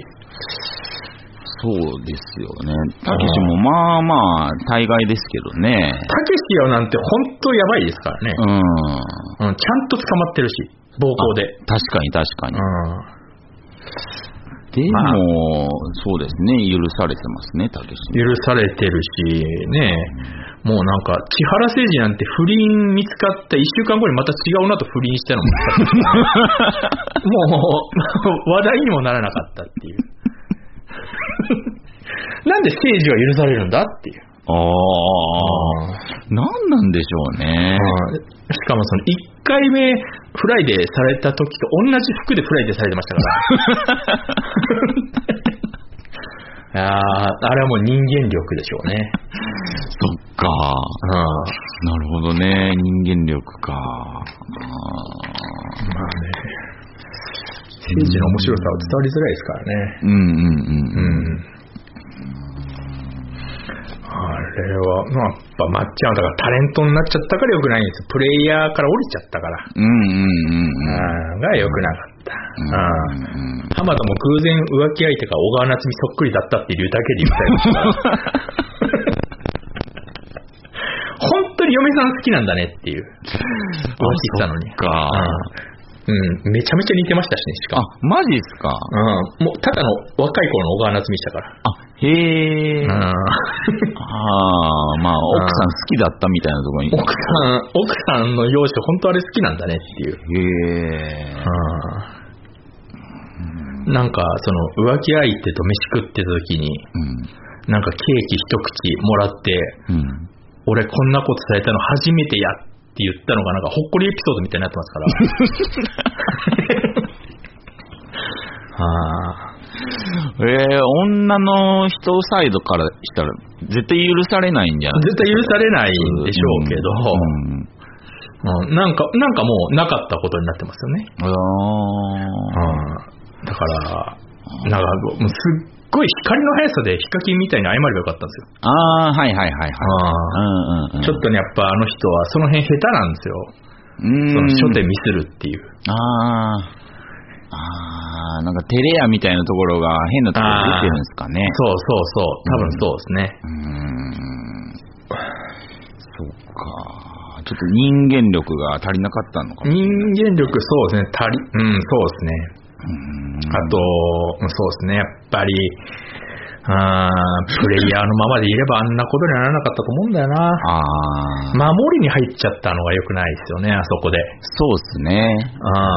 そうですよね。たけしもまあまあ大概ですけどね。 たけしはなんて本当やばいですからね。うん。うん、ちゃんと捕まってるし、暴行で。 確かに確かに。うんでも、まあ、そうですね、許されてますね、たけし。 許されてるし、ね、もうなんか、千原誠二なんて不倫見つかったいっしゅうかんごにまた違う女と不倫したのももう、話題にもならなかったっていう。なんで誠二は許されるんだっていう。 ああ、なんなんでしょうね。 しかもそのいっかいめフライデーされた時と同じ服でフライデーされてましたから。ああれはもう人間力でしょうね。 そっか。なるほどね、人間力か。あまあね。政治の面白さは伝わりづらいですからね。うんうんうんうん。あれは、まあ、やっぱまっちゃんだからタレントになっちゃったから良くないんですよ。プレイヤーから降りちゃったから。うんうんうんうん。が良くなかった。うんうん。浜田も偶然浮気相手が小川夏美そっくりだったっていうだけで言ったりとか。本当に嫁さん好きなんだねっていう。浮気したのに。 そっか。 うん、めちゃめちゃ似てましたしね、しかも。 あ、マジっすか。 うん。もう、ただの若い頃の小川夏美したから。 あ、へえ。ああ、まあ、奥さん好きだったみたいなところに。 奥さん、奥さんの容姿、本当あれ好きなんだねっていう。へえ。なんか、その、浮気相手と飯食ってた時に、うん、なんかケーキ一口もらって、うん、俺こんなことされたの初めてやって、って言ったのがなんかほっこりエピソードみたいになってますからはあ、えー、女の人サイドからしたら絶対許されないんじゃないですか。絶対許されないんでしょうけど、うんうんうん、なんかなんかもうなかったことになってますよね。ああ、だからなんかもうすっすごい光の速さでヒカキンみたいに謝ればよかったんですよ。 ああ、はいはいはいはい。あ、 うんうんうん、ちょっとね、やっぱあの人はその辺下手なんですよ。うん、その初手ミスるっていう。ああ、ああ、なんかテレ屋みたいなところが変なところ出てるんですかね。 そうそうそう、多分そうですね。うん、 そうか。ちょっと人間力が足りなかったのかも。 人間力、そうですね、足り、うん、そうですね。うん、あと、そうですね、やっぱり、あプレイヤーのままでいればあんなことにはならなかったと思うんだよな。あ、守りに入っちゃったのが良くないですよね、あそこで。 そうですね。あ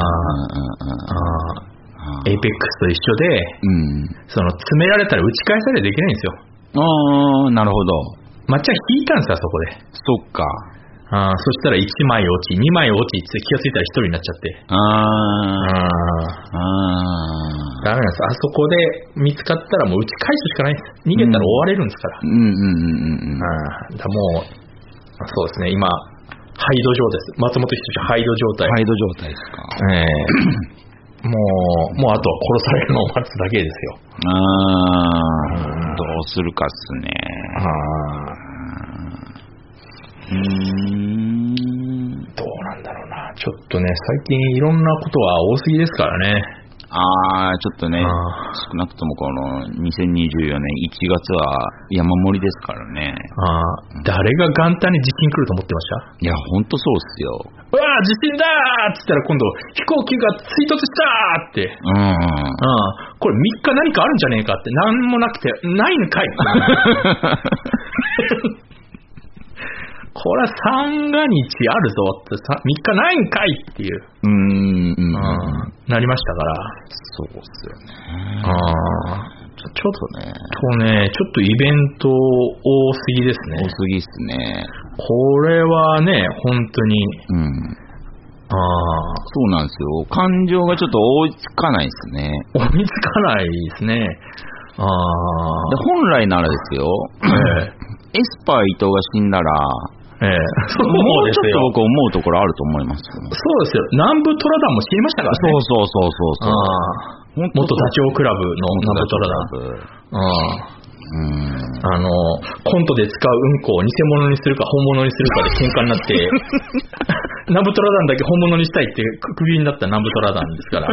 あ、エイペックスと一緒で、うん、その詰められたら打ち返されできないんですよ。 ああ、なるほど。 まっちゃん引いたんですよ、あそこで。 そっか。 あそしたらいちまい落ち、にまい落ちって気がついたらひとりになっちゃって。ああ。ああ。ダメなんです。あそこで見つかったらもう打ち返すしかないです。逃げたら追われるんですから。うんうんうんうん。あだもう、そうですね、今、ハイド状態です。松本人志ハイド状態。 ハイド状態ですか。えもう、もうあとは殺されるのを待つだけですよ。 あー、どうするかっすね。 あーうーんどうなんだろうな。ちょっとね、最近いろんなことは多すぎですからね。 あー、ちょっとね、少なくともこのにせんにじゅうよねんいちがつは山盛りですからね。 あー、誰が元旦に地震来ると思ってました？ いや、ほんとそうっすよ。 うわー、地震だーっつったら今度飛行機が追突したーって。 うん。うん。 これみっか何かあるんじゃねえかって、なんもなくて、ないのかいこれは三が日あるぞって、みっかないんかいっていう。 うーん。うん。 なりましたから。 そうっすよね。 ああ。 ちょっとね。 とね、ちょっとイベント多すぎですね。 多すぎっすね。 これはね、本当に。 うん。ああ。そうなんですよ。感情がちょっと追いつかないですね。 追いつかないですね。ああ。 で、本来ならですよ。ええ、エスパー伊藤が死んだら、 ええ、そうもうですよ。 ちょっと僕思うところあると思いますよ。 そうですよ。南部トラダンも死にましたからね。 そうそうそうそうそう。 あ元ダチョウクラブの南部トラダン。ああのコントで使ううんこを偽物にするか本物にするかで喧嘩になって南部トラダンだけ本物にしたいってクビになった南部トラダンですから。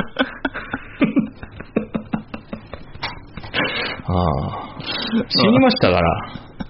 ああ死にましたから。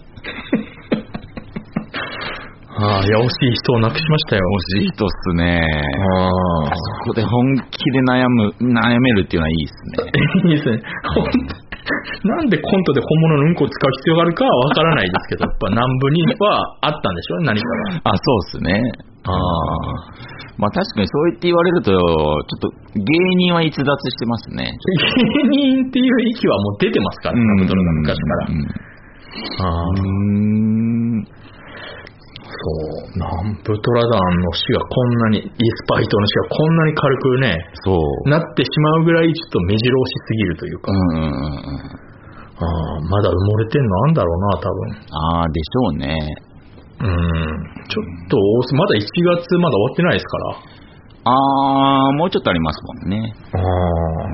ああ、いや、惜しい人を亡くしましたよ。 惜しい人っすね。あそこで本気で悩む、悩めるっていうのはいいですね。 いいですね。なんでコントで本物のうんこを使う必要があるかはわからないですけど、やっぱ南部にはあったんでしょうね、何かが。 あ、そうですね。ああ。まあ確かにそう言って言われると、ちょっと芸人は逸脱してますね。 芸人っていう域はもう出てますから、南部トラダン昔から。ああ。うーんそう、南部トラダンの死がこんなに、イエスパイトの死がこんなに軽くね、そうなってしまうぐらいちょっと目白押しすぎるというか、うんうんうん、あまだ埋もれてんのあんだろうな、多分。 ああ、でしょうね。 うん、ちょっと、まだいちがつまだ終わってないですから。 ああ、もうちょっとありますもんね。ああ、 うん、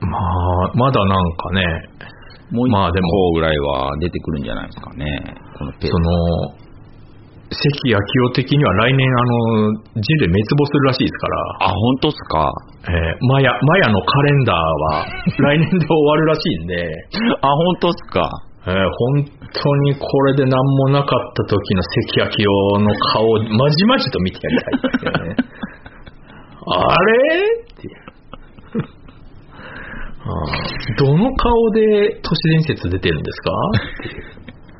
まあ、まだなんかね、 もう一個ぐらいは出てくるんじゃないですかね、このペース。 その関明夫的には来年あの人類滅亡するらしいですから。 あ、本当っすか。 えー、マヤマヤのカレンダーは来年で終わるらしいんで。 あ、本当っすか。 えー、本当にこれで何もなかった時の関明夫の顔をまじまじと見てやりたいですよね。あれってあどの顔で都市伝説出てるんですかっていう。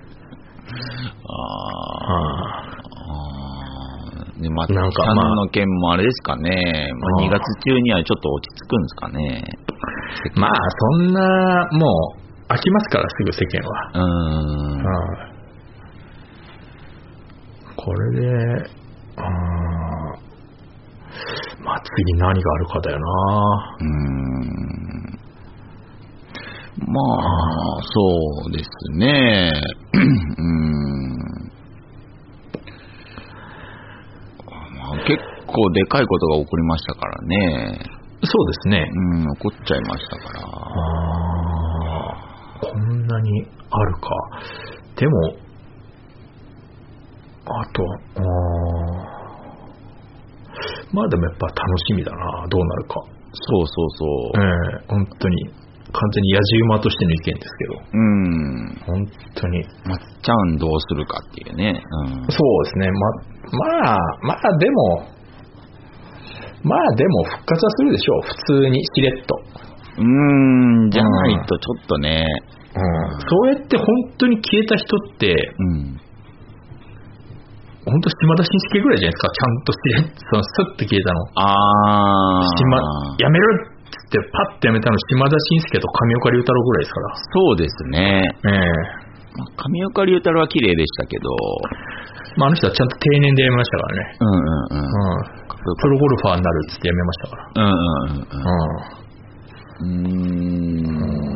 ああで、まあ、なんか、まあ、の件もあれですかね、まあ、にがつ中にはちょっと落ち着くんですかね。 まあ、そんな、もう、飽きますから、すぐ世間は。うーん。これで、あまあ、次何があるかだよな。うーん。 まあ、そうですね。うーん。まあ、結構でかいことが起こりましたからね。 そうですね。 うん、起こっちゃいましたから。 ああ、こんなにあるか。でも、あと、あまあでもやっぱ楽しみだな、どうなるか。 そうそうそう。 ええー、本当に。完全に野じ馬としての意見ですけど、うん、本当にまっちゃんどうするかっていうね、 うん、そうですね、ままあまあでもまあでも復活はするでしょう、普通にしれっと。 うーんじゃないとちょっとね、 うんうん、そうやって本当に消えた人って、うん、本当島田紳介ぐらいじゃないですか、ちゃんとしれっとそのスッと消えたの。ああやめるってパッてやめたの島田紳介と上岡龍太郎ぐらいですから。 そうですね。ええーまあ、上岡龍太郎は綺麗でしたけど、 まあ、あの人はちゃんと定年でやめましたからね。うんうんうん。うん、プロゴルファーになるっつってやめましたから。うんうんうん。うん。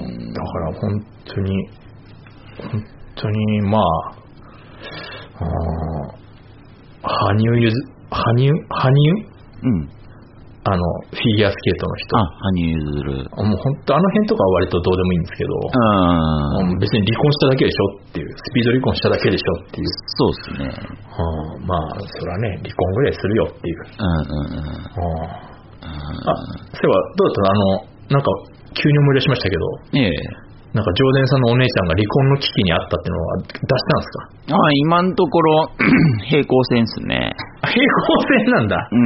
うーん。だから本当に本当にまあ、あ羽生ゆず羽生羽生うん。 あのフィギュアスケートの人、 あ、羽生結弦、 もう本当あの辺とかは割とどうでもいいんですけど、うん、別に離婚しただけでしょっていう、スピード離婚しただけでしょっていう。 そうですね。 はあ、まあそれはね、離婚ぐらいするよっていう。うんうんうん。はあ、あ、そういえばどうだったの、あのなんか急に思い出しましたけど。ええ。なんか上田さんのお姉ちゃんが離婚の危機にあったっていうのは出したんですか？ ああ、今のところ平行線ですね。 平行線なんだ。うん。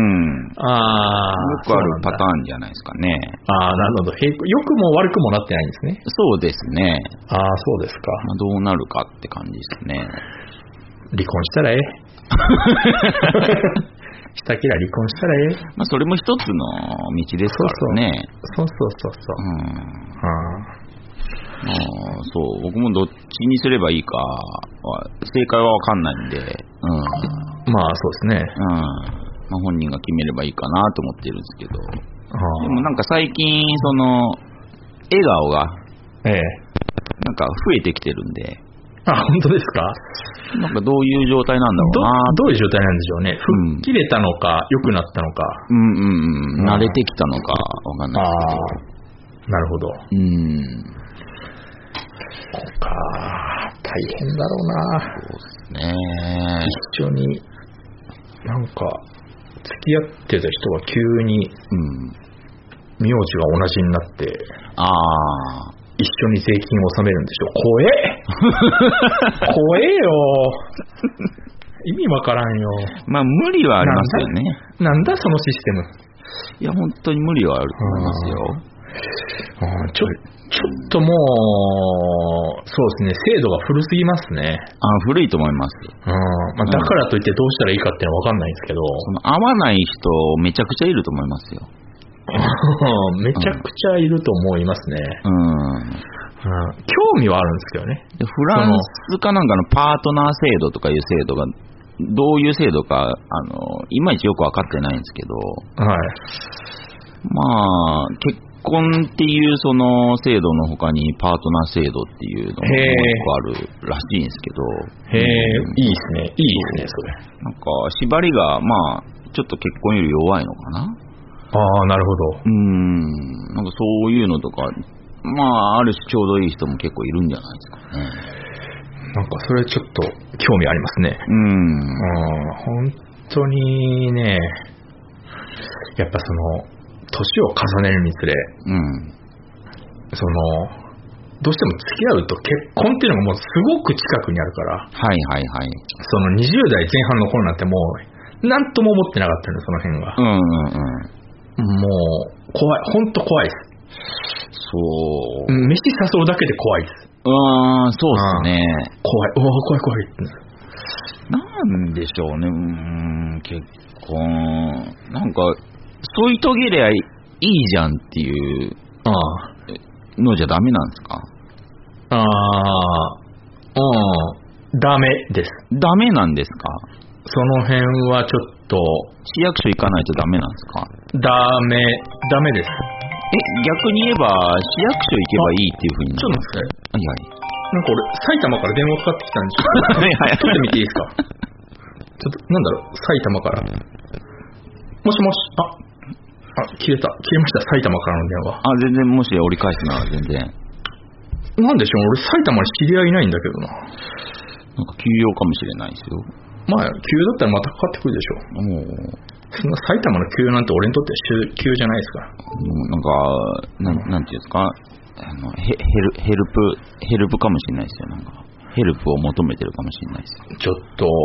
ああ。 よくあるパターンじゃないですかね。 ああ、なるほど。平良くも悪くもなってないんですね。 そうですね。 ああ、そうですか。 まあ、どうなるかって感じですね。 離婚したらええ。したきら離婚したらええ。 まあそれも一つの道ですからね。 そうそうそうそう。うん。はあ。あそう、僕もどっちにすればいいかは正解は分かんないんで、うん、 まあそうですね、うん、 まあ、本人が決めればいいかなと思ってるんですけど、でもなんか最近その笑顔が、ええ、なんか増えてきてるんで、 あ、本当ですか？ なんかどういう状態なんだろうな。 ど、どういう状態なんでしょうね。吹っ切れたのか、良、うん、くなったのか、 うんうんうん、慣れてきたのか分かんないですけど、なるほど。うん。そうか、大変だろうな。 そうですね。 一緒になんか付き合ってた人が急に、うん、名字が同じになって、ああ、一緒に税金を納めるんでしょ。怖え怖えよ意味わからんよ。 まあ無理はありますよね。 なんだそのシステム。 いや本当に無理はあると思いますよ。 あ、ちょちょっともうそうですね、制度が古すぎますね。 あ、古いと思います。 うん、まあ、だからといってどうしたらいいかっていうのは分かんないんですけど、 その合わない人めちゃくちゃいると思いますよ。 めちゃくちゃいると思いますね。うん。うん、興味はあるんですけどね。 フランスかなんかのパートナー制度とかいう制度がどういう制度か、あのいまいちよく分かってないんですけど、はい。まあ結婚っていうその制度の他にパートナー制度っていうのがもう一個あるらしいんですけど、 へえ、うん、いいですね、いいですね、それ。 なんか縛りがまあちょっと結婚より弱いのかな。 ああ、なるほど。 うーん、なんかそういうのとか、まあある種ちょうどいい人も結構いるんじゃないですかね。 なんかそれちょっと興味ありますね。うん。本当にね、やっぱその年を重ねるにつれ、うん、そのどうしても付き合うと結婚っていうのがもうすごく近くにあるから、 はいはいはい。 そのにじゅう代前半の頃なんてもう何とも思ってなかったの、その辺は。うんうんうん。もう怖い、本当怖いです。そう。飯誘うだけで怖いです。 うーん、そうですね。 怖い、おお怖い怖いって。 なんでしょうね、うーん、結婚なんか添い遂げりゃいいじゃんっていうのじゃダメなんですか？ ああ、うん、ダメです。 ダメなんですか？ その辺はちょっと市役所行かないとダメなんですか？ ダメ、ダメです。 え、逆に言えば市役所行けばいいっていうふうに。 ちょっと待って。 はいはい。 なんか俺埼玉から電話かかってきたんで、ちょっとはいはい、取ってみていいですか？ちょっとなんだろう、埼玉から。もしもし、あ、あ、切れた、切れました、埼玉からの電話。 あ、全然、もし折り返すなら全然。 なんでしょう、俺埼玉に知り合いいないんだけどな。 なんか休養かもしれないですよ。 まあ休養だったらまたかかってくるでしょう。もうそんな埼玉の休養なんて俺にとって休休じゃないですから。 なんかな ん, なんていうんですか、あのヘルヘルプヘルプかもしれないですよ。なんかヘルプを求めてるかもしれないですよ。 ちょっと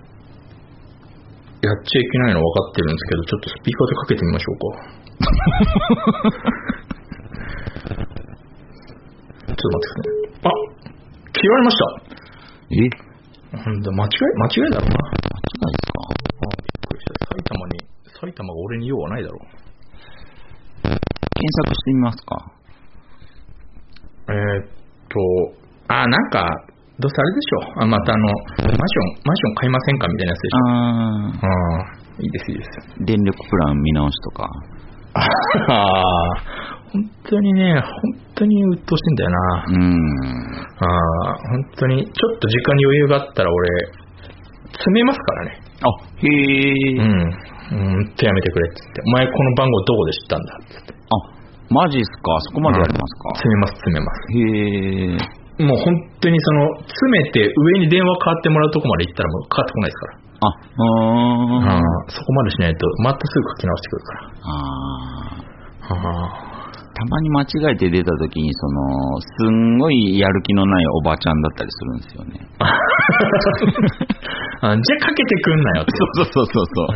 やっちゃいけないの分かってるんですけど、ちょっとスピーカーでかけてみましょうか。ちょっと待ってください。あ、切られました。え？なんだ、間違い間違いだろうな。間違いですか？あ、びっくりした。埼玉に埼玉が俺に用はないだろう。 検索してみますか。 えー、っとあ、なんかどうせあれでしょう。あ、またあのマンションマンション買いませんかみたいなやつでしょ。ああ、いいですいいです。 電力プラン見直しとか。 ああ、本当にね、本当に鬱陶しいんだよな。うん。ああ、本当にちょっと時間に余裕があったら俺詰めますからね。 あ、へえ。 うん。うんとやめてくれって言って。お前この番号どこで知ったんだって言って。 あ、マジっすか。そこまでやりますか。 詰めます、詰めます。 へえ。 もう本当にその、詰めて上に電話変わってもらうとこまで行ったらもうかかってこないですから。 あ、うーん。 そこまでしないと、またすぐ書き直してくるから。 ああ。たまに間違えて出た時に、その、すんごいやる気のないおばちゃんだったりするんですよね。 あ、じゃあかけてくんなよって。 そうそうそうそう。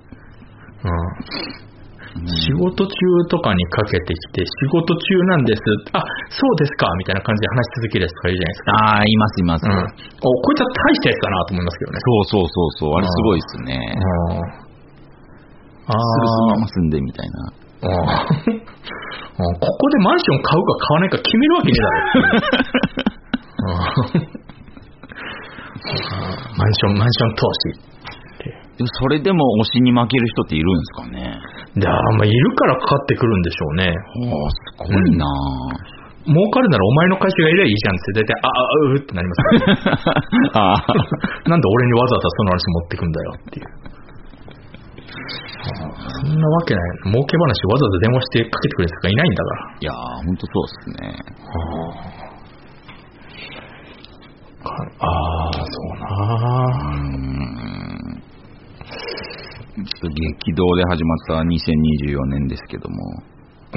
うん、仕事中とかにかけてきて、仕事中なんです。あ、そうですかみたいな感じで話し続けるやつとかいるじゃないですか。 ああ、いますいます。うん、 お、こいつは大したやつだなと思いますけどね。 そうそうそうそう。あれすごいですね。ああ。すぐ済まますんでみたいな。 ああ。ここでマンション買うか買わないか決めるわけねえだろ。マンション、マンション投資。 それでも推しに負ける人っているんですかね。 いや、まあ、いるからかかってくるんでしょうね。 おー、すごいな、 うん、儲かるならお前の会社がいればいいじゃんって大体、ああ、うーってなりますからね。あなんで俺にわざわざその話持ってくんだよっていう。そんなわけない。儲け話わざわざ電話してかけてくれる人がいないんだから。 いやー、ほんとそうですね。 ああ、そうなー。うーん。 ちょっと激動で始まったにせんにじゅうよねんですけども。 そう、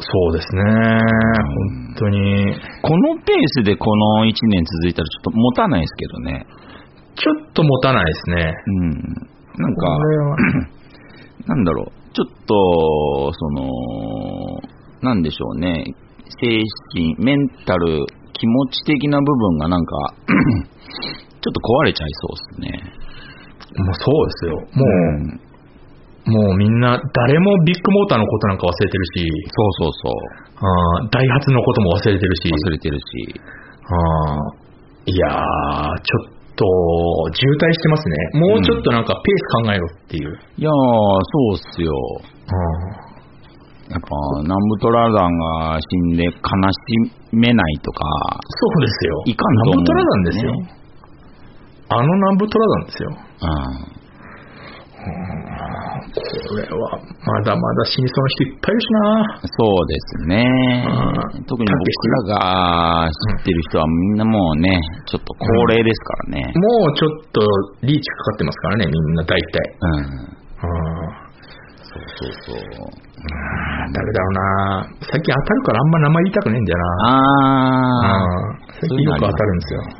そうですね。本当に。 このペースでこのいちねん続いたらちょっと持たないですけどね。 ちょっと持たないですね。 うん。なんか、なんだろう、ちょっと、その、なんでしょうね、精神、メンタル、気持ち的な部分がなんか、ちょっと壊れちゃいそうですね。 もうそうですよ。もう、うん、もうみんな、誰もビッグモーターのことなんか忘れてるし、 そうそうそう。 あダイハツのことも忘れてるし、 忘れてるし、 あいやー、ちょっと、と渋滞してますね。もうちょっとなんかペース考えろっていう。うん、 いやー、そうっすよ。やっぱ南部トラダンが死んで悲しめないとか。 そうですよ。 いかんと思う、ね、 南部トラダンですよ。あの南部トラダンですよ。 うんこれはまだまだ死にそうな人いっぱいいるしな。 そうですね。特に僕らが知ってる人はみんなもうね、ちょっと高齢ですからね。 うん、もうちょっとリーチかかってますからね、みんな大体。 うん。そうそうそう。 誰だろうな。最近当たるからあんま名前言いたくねえんだよな。 ああ。最近よく当たるんですよ。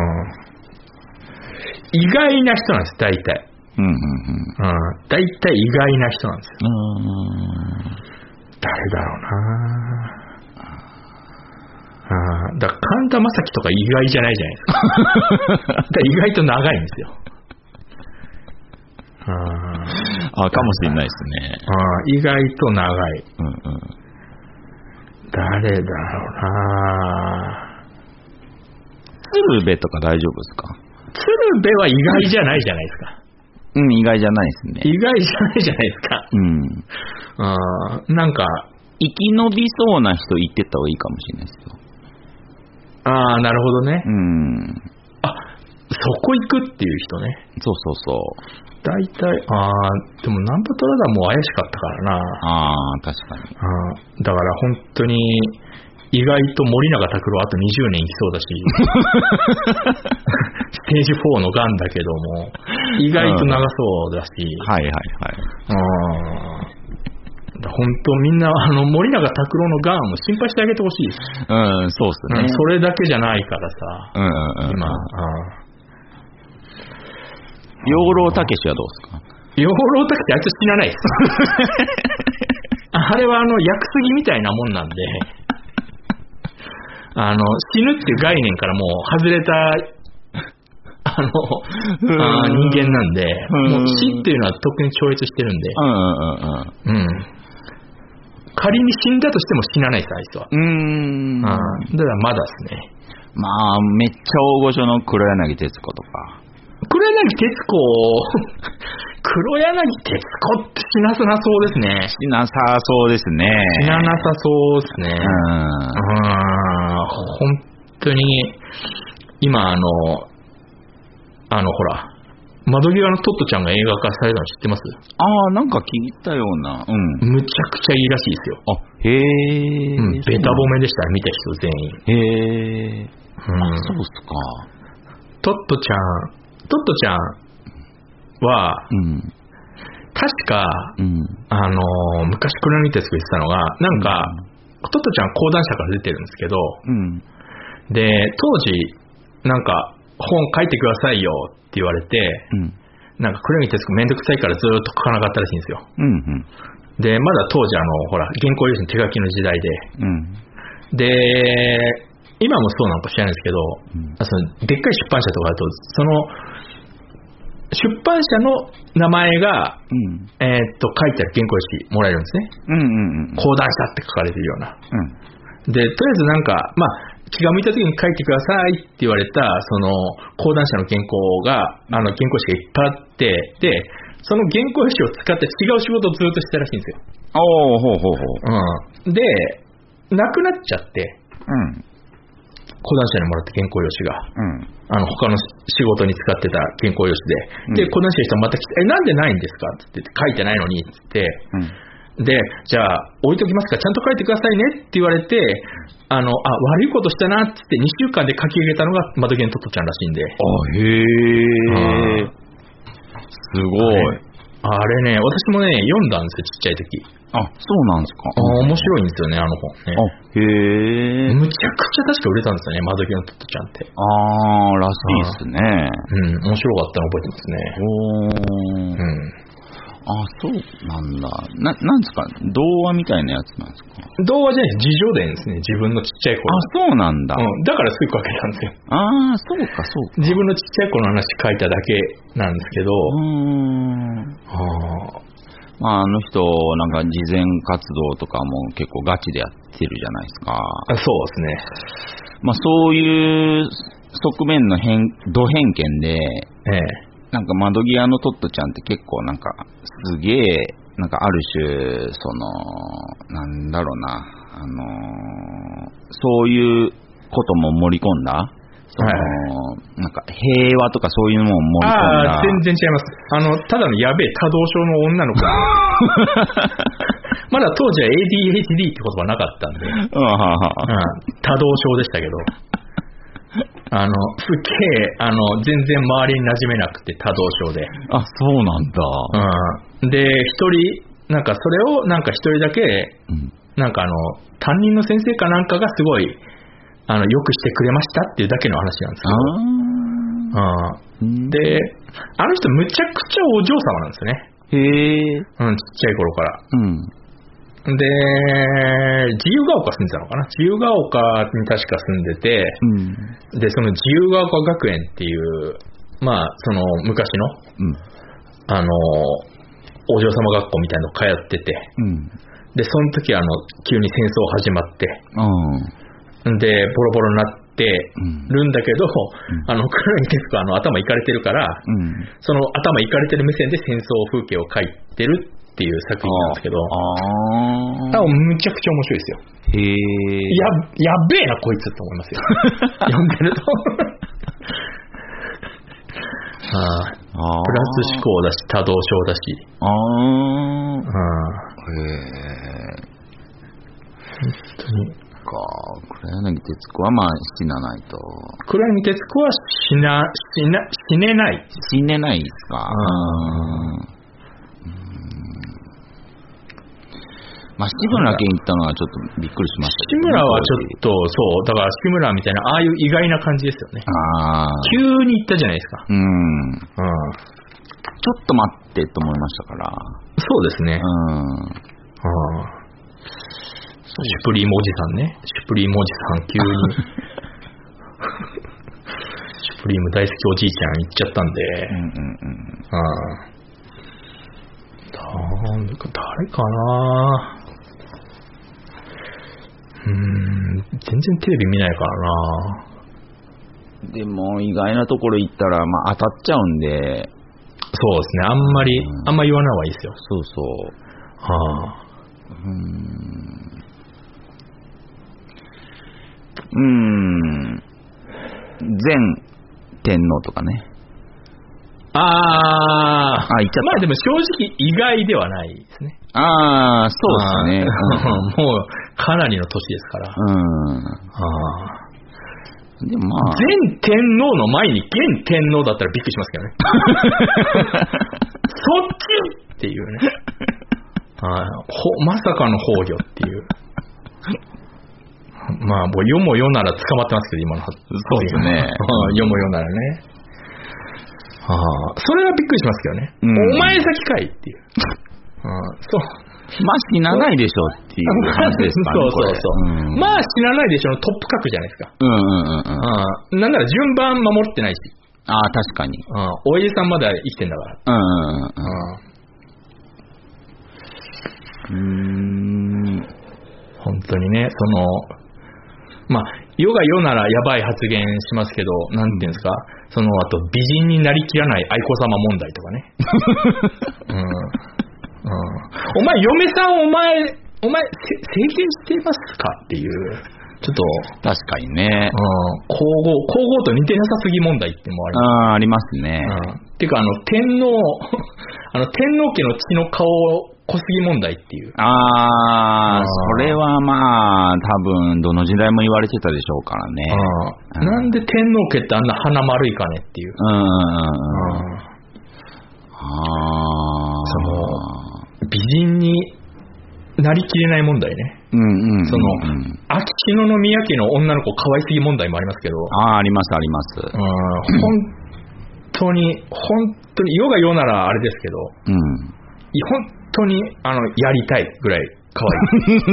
うん。意外な人なんです、大体。 うんうんうん。 大体意外な人なんですよ。 うん誰だろうな。あだから神田正輝とか意外じゃないじゃないですか。だ意外と長いんですよ。 ああかもしれないですね。 あ意外と長い。 うんうん、 誰だろうな。 鶴瓶とか大丈夫ですか？ 鶴瓶は意外じゃないじゃないですか。 うん、意外じゃないですね。 意外じゃないじゃないですか。 うん。 あなんか、 生き延びそうな人言ってった方がいいかもしれないですよ。 ああ、なるほどね。 うん。 あ、そこ行くっていう人ね。 そうそうそう。 大体、ああ、でも南部トラダンも怪しかったからな。 ああ、確かに。 あだから本当に、意外と森永卓郎あとにじゅうねん生きそうだし、ステージフォーのガンだけども、意外と長そうだし、 はいはいはい。 あ本当みんなあの森永卓郎のガンを心配してあげてほしいです。 うん、そうっすね、うん。 それだけじゃないからさ、 うんうんうん、 今、 養老たけしはどうですか？ 養老たけしあいつ死なないです。あれはあの薬杉みたいなもんなんで。あの死ぬっていう概念からもう外れたあのあ人間なんで、もう死っていうのは特に超越してるんで、 うんうんうんうん、 仮に死んだとしても死なないです、あいつは。 うーんあだからまだですね。 まあめっちゃ大御所の黒柳徹子とか。 黒柳徹子黒柳徹子って死なさなそうですね。 死なさそうですね。 死ななさそうですね。うん。本当に今あのあのほら窓際のトットちゃんが映画化されたの知ってます？ ああ、なんか聞いたような。うん。 むちゃくちゃいいらしいですよ。 あ、へえ、 うん。ベタ褒めでした、見た人全員。 へえ。うん、あ、そうっすか。 トットちゃん、トットちゃんは、うん、確か、うん、あのー、昔黒柳徹子言ってたのが、なんか、うん、トットちゃん講談社から出てるんですけど、うん、で、当時、なんか、本書いてくださいよって言われて、うん、なんか黒柳徹子めんどくさいからずっと書かなかったらしいんですよ。うんうん、で、まだ当時あの、ほら、原稿用紙の手書きの時代で、うん、で、今もそうなのか知らないですけど、うん、そのでっかい出版社とかだと、その、出版社の名前が、うん、えー、っと、書いてある原稿用紙もらえるんですね。うんうんうん、講談社って書かれてるような。うん、で、とりあえずなんか、まあ、気が向いた時に書いてくださいって言われた、その、講談社の原稿が、あの、原稿紙がいっぱいあって、で、その原稿用紙を使って違う仕事をずっとしてたらしいんですよ。 おー、ほうほうほう。うん。で、なくなっちゃって、うん。講談社にもらった原稿用紙が、うん、あの他の仕事に使ってた原稿用紙で、で、講談社の人また来て、え、なんでないんですかって言って、書いてないのにって言って、うん、で、じゃあ置いときますからちゃんと書いてくださいねって言われて、あの、あ、悪いことしたなって言ってにしゅうかんで書き上げたのが窓際のトットちゃんらしいんで。 あ、へー。すごい。 あれね、私もね、読んだんですよ、ちっちゃい時。 あ、そうなんですか。 あ、面白いんですよね、あの本ね。 あ、へえ。 むちゃくちゃ確か売れたんですよね、窓際のトットちゃんって。 あー、らしいですね。 うん、面白かったの覚えてますね。おー。うん。 あ、そうなんだ。な、なんですか、童話みたいなやつなんですか。 童話じゃないです。自叙伝ですね、自分のちっちゃい頃。 あ、そうなんだ。 うん、だからすぐ書けたんですよ。 あー、そうか、そうか。 自分のちっちゃい頃の話書いただけなんですけど。うーん。 はあ。まあ、あの人、なんか、慈善活動とかも結構ガチでやってるじゃないですか。 あ、そうですね。 まあ、そういう側面の偏、度偏見で、ええ。なんか窓際のトットちゃんって結構なんかすげえなんかある種そのなんだろうなあのー、そういうことも盛り込んだその、はい、なんか平和とかそういうのも盛り込んだ。 ああ全然違います。あのただのやべえ多動症の女の子まだ当時は エーディーエイチディー って言葉なかったんで、うん、多動症でしたけどあのすっげえあの全然周りに馴染めなくて多動症で。 あ、そうなんだ。 うん、で一人なんかそれをなんか一人だけ、うん、なんかあの担任の先生かなんかがすごいあのよくしてくれましたっていうだけの話なんですけど。あ、うん、であの人むちゃくちゃお嬢様なんですよね。 へえ。 うん、ちっちゃい頃から。うん。で、自由が丘住んでたのかな、自由が丘に確か住んでて、うん、で、その自由が丘学園っていう、まあ、その昔の、うん、あの、お嬢様学校みたいなの通ってて、うん、で、その時あの、急に戦争始まって、うん、で、ボロボロになってるんだけど、うん、あの、黒柳徹子はあの頭いかれてるから、うん、その頭いかれてる目線で戦争風景を描いてるっていう作品なんですけど、ああ、むちゃくちゃ面白いですよ。へえ。や、やべえなこいつと思いますよ。読んでると。ああ、プラス思考だし多動症だし。ああ。へえ。本当に。 か、黒柳徹子はまあ死なないと。 黒柳徹子は死な死な死ねない。 死ねないですか。うん。まあ、志村けん行ったのはちょっとびっくりしましたけど、ね、志村はちょっとそうだから志村みたいなああいう意外な感じですよね。ああ。急に行ったじゃないですか。うん。うん。ちょっと待ってと思いましたから。 そうですね。うん。ああ。シュプリームおじさんね。シュプリームおじさん急にシュプリーム大好きおじいちゃん行っちゃったんで。うんうんうん。ああ。なんか誰かな。うーん、全然テレビ見ないからな。でも意外なところ行ったら、まあ、当たっちゃうんで。そうですね、あんまり、うん、あんま言わない方がいいですよ。 そうそう。はあ。うーん。うーん。前天皇とかね。 あああ、 あ、言っちゃった。 まあでも正直意外ではないですね。 ああ、そうですね。 もうかなりの年ですから。 うん。 あでもまあ。 前天皇の前に現天皇だったらびっくりしますけどね。そっちっていうね。あほまさかの崩御っていう。まあ、もう世も世なら捕まってますけど、今の。 そうですね。 世も世ならね。ああ、それはびっくりしますけどね。うん、お前先かいっていう。あそう。 まあ死なないでしょっていう話ですかね。 そうそうそう、うん。まあ死なないでしょのトップ格じゃないですか。 うんうんうんうん。 あなんなら順番守ってないし。 ああ、確かに。 あおじさんまだ生きてんだから。 うんうんうん。うーん。 本当にね、その、まあ、世が世ならやばい発言しますけど、なんていうんですか、その後美人になりきらない愛子様問題とかね。うんうん、お前嫁さんお前お前整形してますかっていうちょっと確かにね、うん、 皇后皇后と似てなさすぎ問題ってもあります。 あありますね。 うん、っていうかあの天皇あの天皇家の血の顔濃すぎ問題っていう。 ああ、それはまあ多分どの時代も言われてたでしょうからね。 あなんで天皇家ってあんな鼻丸いかねっていう。うんうんうん。ああ。その美人になりきれない問題ね。うんうんうん、その秋篠宮家の女の子可愛すぎ問題もありますけど。 ああありますあります。 うん本当に本当に世が世ならあれですけど。うん。本当にあのやりたいぐらい可愛い。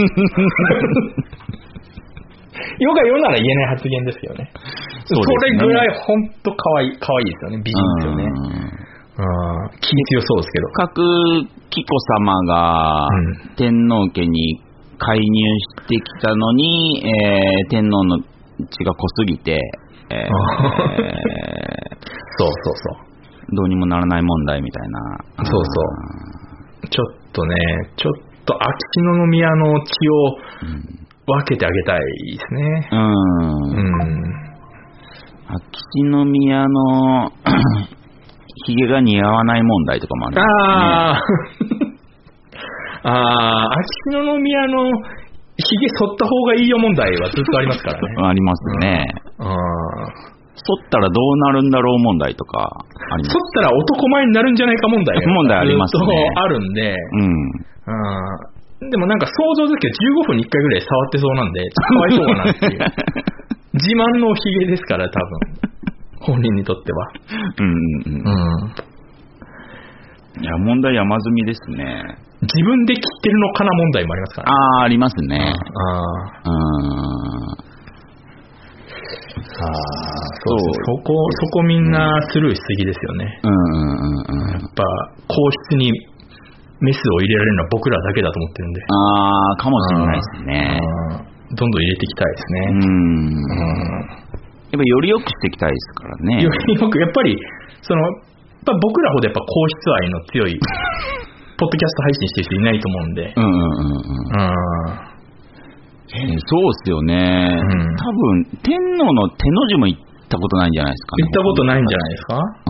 世が世なら言えない発言ですよね。そ, ねそれぐらい本当可愛い可愛いですよね。美人ですよね。うん気強そうですけど。 各紀子様が天皇家に介入してきたのに、えー、天皇の血が濃すぎて、えー、 そうそうそう。 どうにもならない問題みたいな。 そうそう。ちょっとね、ちょっと秋篠宮の血を分けてあげたいですね。うん。うん、 秋篠宮のひげが似合わない問題とかもあるんですね。 ああ、秋篠宮のひげ剃った方がいいよ問題はずっとありますからね。 ありますね。うん。あ剃ったらどうなるんだろう問題とかあります。 剃ったら男前になるんじゃないか問題が問題ありますね。 あるんで、うん、でもなんか想像ですけどじゅうごふんにいっかいぐらい触ってそうなんでかわいそうかなっていう自慢のひげですから多分本人にとっては。うんうんうん。 うん、いや問題山積みですね。 自分で切ってるのかな問題もありますから、ね。 ああありますね。ああ。 うんあそうそうそこそこみんなスルーしすぎですよね。うんうんうんうん、やっぱ皇室にメスを入れられるのは僕らだけだと思ってるんで。 ああかもしれないですね。 どんどん入れていきたいですね。うんうんやっぱより良くしていきたいですからね。 よりよくやっぱりそのやっぱ僕らほどやっぱ皇室愛の強いポッドキャスト配信してる人いないと思うんで。うんうんうんうん。 えー、そうっすよね、うん、多分天皇の手の字も行ったことないんじゃないですかね。 行ったことないんじゃないですか。うん、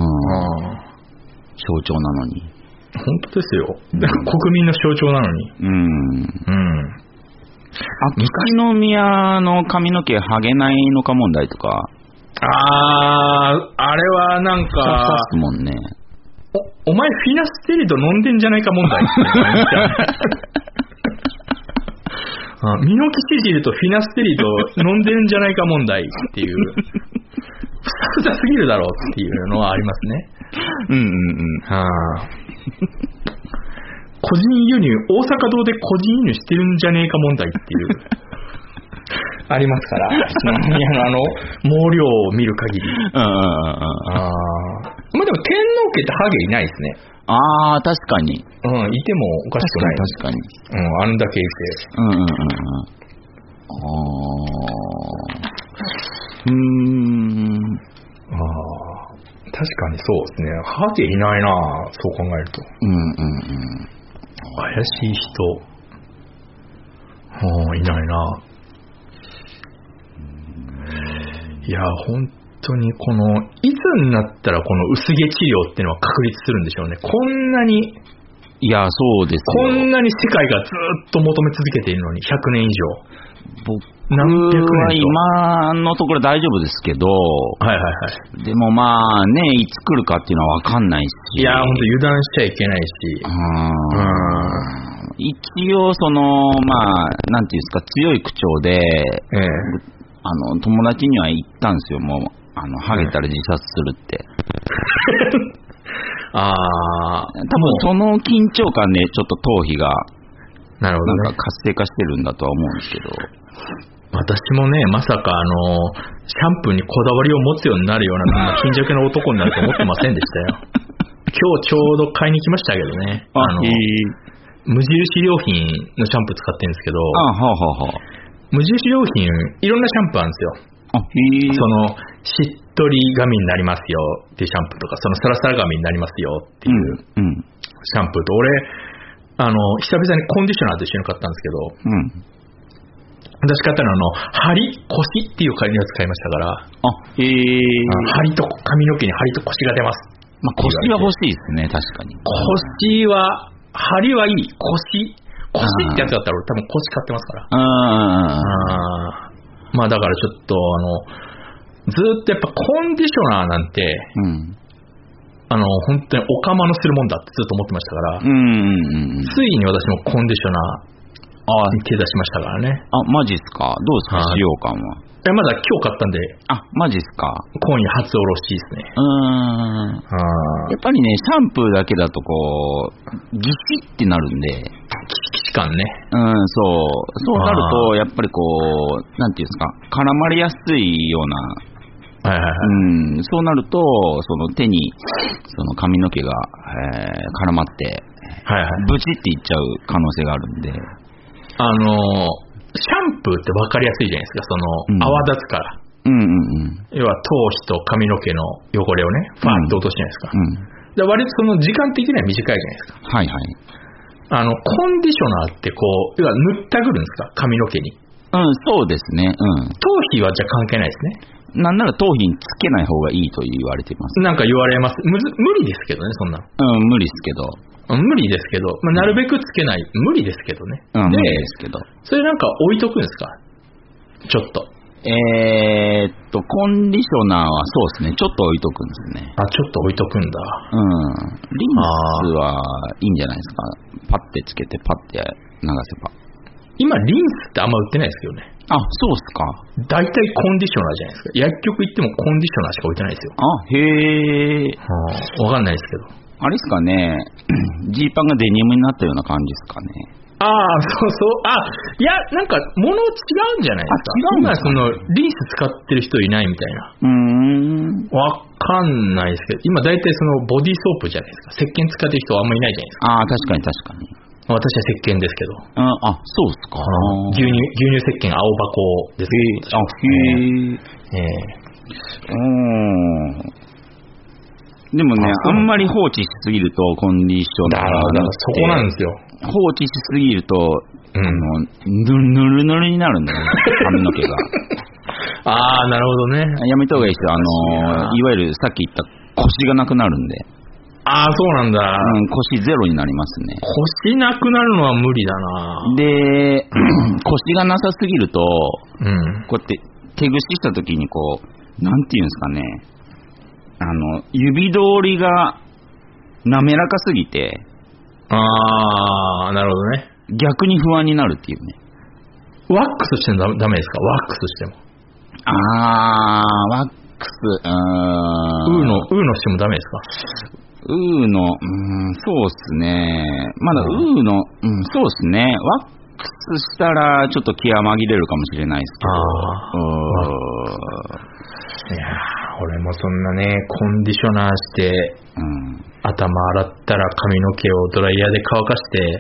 象徴なのに。 本当ですよ、うん、国民の象徴なのに。うんうん秋篠宮の髪の毛ハゲないのか問題とか。 あーあれはなんか刺すもんね。 お, お前フィナステリド飲んでんじゃないか問題ミノキシジルとフィナステリド飲んでるんじゃないか問題っていうふさふさすぎるだろうっていうのはありますね。うんうんうんはあ個人輸入大阪堂で個人輸入してるんじゃねえか問題っていうありますからあの毛量を見る限り。うんうんうんあまあでも天皇家ってハゲいないですね。 ああ確かに。 うん、いてもおかしくない。 確かに。 確かに。うん、あんだけいて。うんうんうんうん。ああ。うーん。ああ。確かにそうですね。ハゲいないな。そう考えると。うんうんうん。怪しい人。はあいないな。いや本当にこのいつになったらこの薄毛治療っていうのは確立するんでしょうね。こんなにいやそうですよ。こんなに世界がずっと求め続けているのにひゃくねん以上。 僕は今のところ大丈夫ですけど、 はいはいはい。 でもまあね、いつ来るかっていうのは分かんないし。 いや本当油断しちゃいけないし。 うん。一応そのまあなんていうんですか、強い口調で、ええ、あの友達には言ったんですよ。もうあのハゲたら自殺するって。ああ、多分その緊張感で、ね、ちょっと頭皮がなるほど、ね、 なんか活性化してるんだとは思うんですけど。 私もね、まさかあのシャンプーにこだわりを持つようになるような貧弱な男になると思ってませんでしたよ。今日ちょうど買いに来ましたけどね。あの無印良品のシャンプー使ってるんですけど、 あはあはあ、 無印良品いろんなシャンプーあるんですよ。あへそのしっとり髪になりますよっていうシャンプーとか、そのサラサラ髪になりますよっていうシャンプーと、俺あの久々にコンディショナーと一緒に買ったんですけど、うん私買ったのはあの、張り、腰っていう髪のやつ買いましたから。あ、へぇー。張りと、髪の毛に張りと腰が出ます。 まあ、腰は欲しいですね、確かに。 腰は、張りはいい。腰、腰ってやつだったら俺多分腰買ってますから。ああ。まあだからちょっと、あの、ずーっとやっぱコンディショナーなんて、うん、あの、本当におかまのするもんだってずっと思ってましたから、うんうんうん、ついに私もコンディショナー、あ手出しましたからね。あ、 マジっすか。どうですか、使用感は。 え、まだ今日買ったんで。 あ、マジっすか。 今夜初おろしですね。うーん。 やっぱりね、シャンプーだけだとこう、ギシってなるんで。 キシ感ね。 うん、そう。そうなると、やっぱりこう、なんていうんですか、絡まりやすいような。はいはいはい。うん、そうなると、その手に、その髪の毛が、えー、絡まって、はいはい、ブチっていっちゃう可能性があるんで。 あのー、シャンプーって分かりやすいじゃないですか、その、うん、泡立つから。うんうんうん。要は頭皮と髪の毛の汚れをね、ファーッと落とすじゃないですか。うん、で割とその時間的には短いじゃないですか。はいはい。あの、コンディショナーってこう、要は塗ったぐるんですか、髪の毛に。 うん、そうですね。うん。 頭皮はじゃあ関係ないですね。 なんなら頭皮につけない方がいいと言われています。 なんか言われます。むず無理ですけどね、そんな。 うん、無理ですけど。 無理ですけど、まあ、なるべくつけない、無理ですけどね。 うん、無理ですけど。 それなんか置いとくんですか、ちょっと。 えーっと、コンディショナーはそうですね、ちょっと置いとくんですね。 あ、ちょっと置いとくんだ。 うん。リンスはいいんじゃないですか。パッてつけて、パッて流せば。 今、リンスってあんま売ってないですけどね。 あ、そうっすか。 大体コンディショナーじゃないですか。薬局行ってもコンディショナーしか置いてないですよ。 あ、へー。 はあ、わかんないですけど。 あれですかね、ジーパンがデニムになったような感じですかね。 ああ、そうそう。あ、いや、なんか、物違うんじゃないですか。違うんですか、今、その、リンス使ってる人いないみたいな。うーん。わかんないですけど、今、大体その、ボディーソープじゃないですか。石鹸使ってる人はあんまりいないじゃないですか。 ああ、確かに確かに。 私は石鹸ですけど。 あ、あそうですか。 牛乳、牛乳石鹸青箱ですけど。あ、へえ。えー、 うーん。でもね、あんまり放置しすぎるとコンディショナーがだからそこなんですよ。 放置しすぎると、うん、あのぬるぬるになるんだよ、髪の毛が。 ああ、なるほどね。 やめた方がいいですよ。あのいわゆるさっき言った腰がなくなるんで。 ああ、そうなんだ。 うん、腰ゼロになりますね。 腰なくなるのは無理だな。 で、腰がなさすぎると、うん、こうやって手ぐしした時にこう、なんていうんですかね。あの指通りが滑らかすぎて、 ああ、なるほどね。 逆に不安になるっていうね。 ワックスしてもダメですか？ワックスしても。 あー、ワックス、うーん。 ウーの、ウーのしてもダメですか？ ウーの、うーん、そうっすね。まだウーの、うん、そうっすね。ワックスしたらちょっと気が紛れるかもしれないですけど。あー。 いやー、俺もそんなね、コンディショナーして、うん、頭洗ったら髪の毛をドライヤーで乾かして、